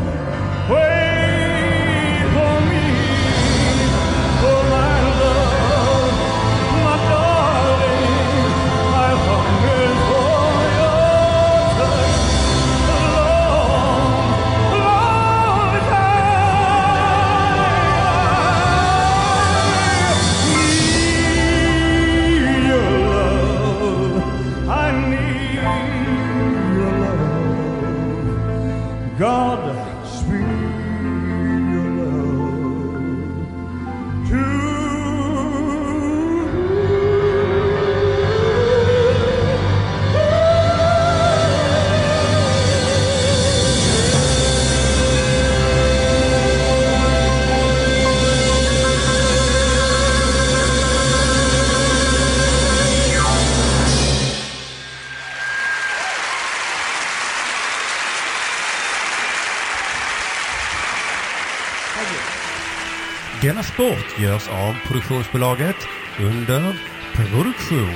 wait for me, for my love. God, speed your love to Della Sport görs av produktionsbolaget Under Produktion.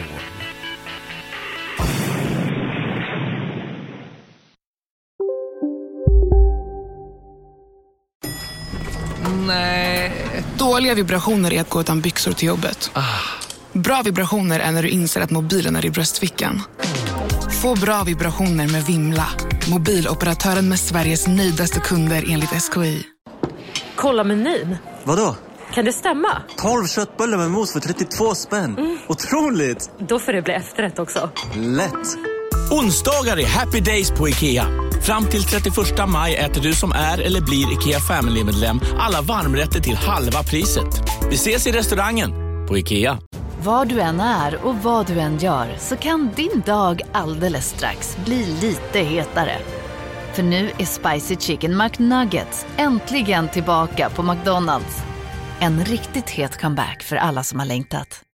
Nej. Dåliga vibrationer är att gå utan byxor till jobbet. Bra vibrationer är när du inser att mobilen är i bröstfickan. Få bra vibrationer med Vimla. Mobiloperatören med Sveriges nöjdaste kunder enligt SKI. Kolla menyn. Vadå? Kan det stämma? 12 köttbullar med mos för 32 spänn. Otroligt! Då får det bli efterrätt också. Lätt! Onsdagar är happy days på IKEA. Fram till 31 maj äter du som är eller blir IKEA Family-medlem alla varmrätter till halva priset. Vi ses i restaurangen på IKEA. Var du än är och vad du än gör så kan din dag alldeles strax bli lite hetare. För nu är Spicy Chicken McNuggets äntligen tillbaka på McDonald's. En riktigt het comeback för alla som har längtat.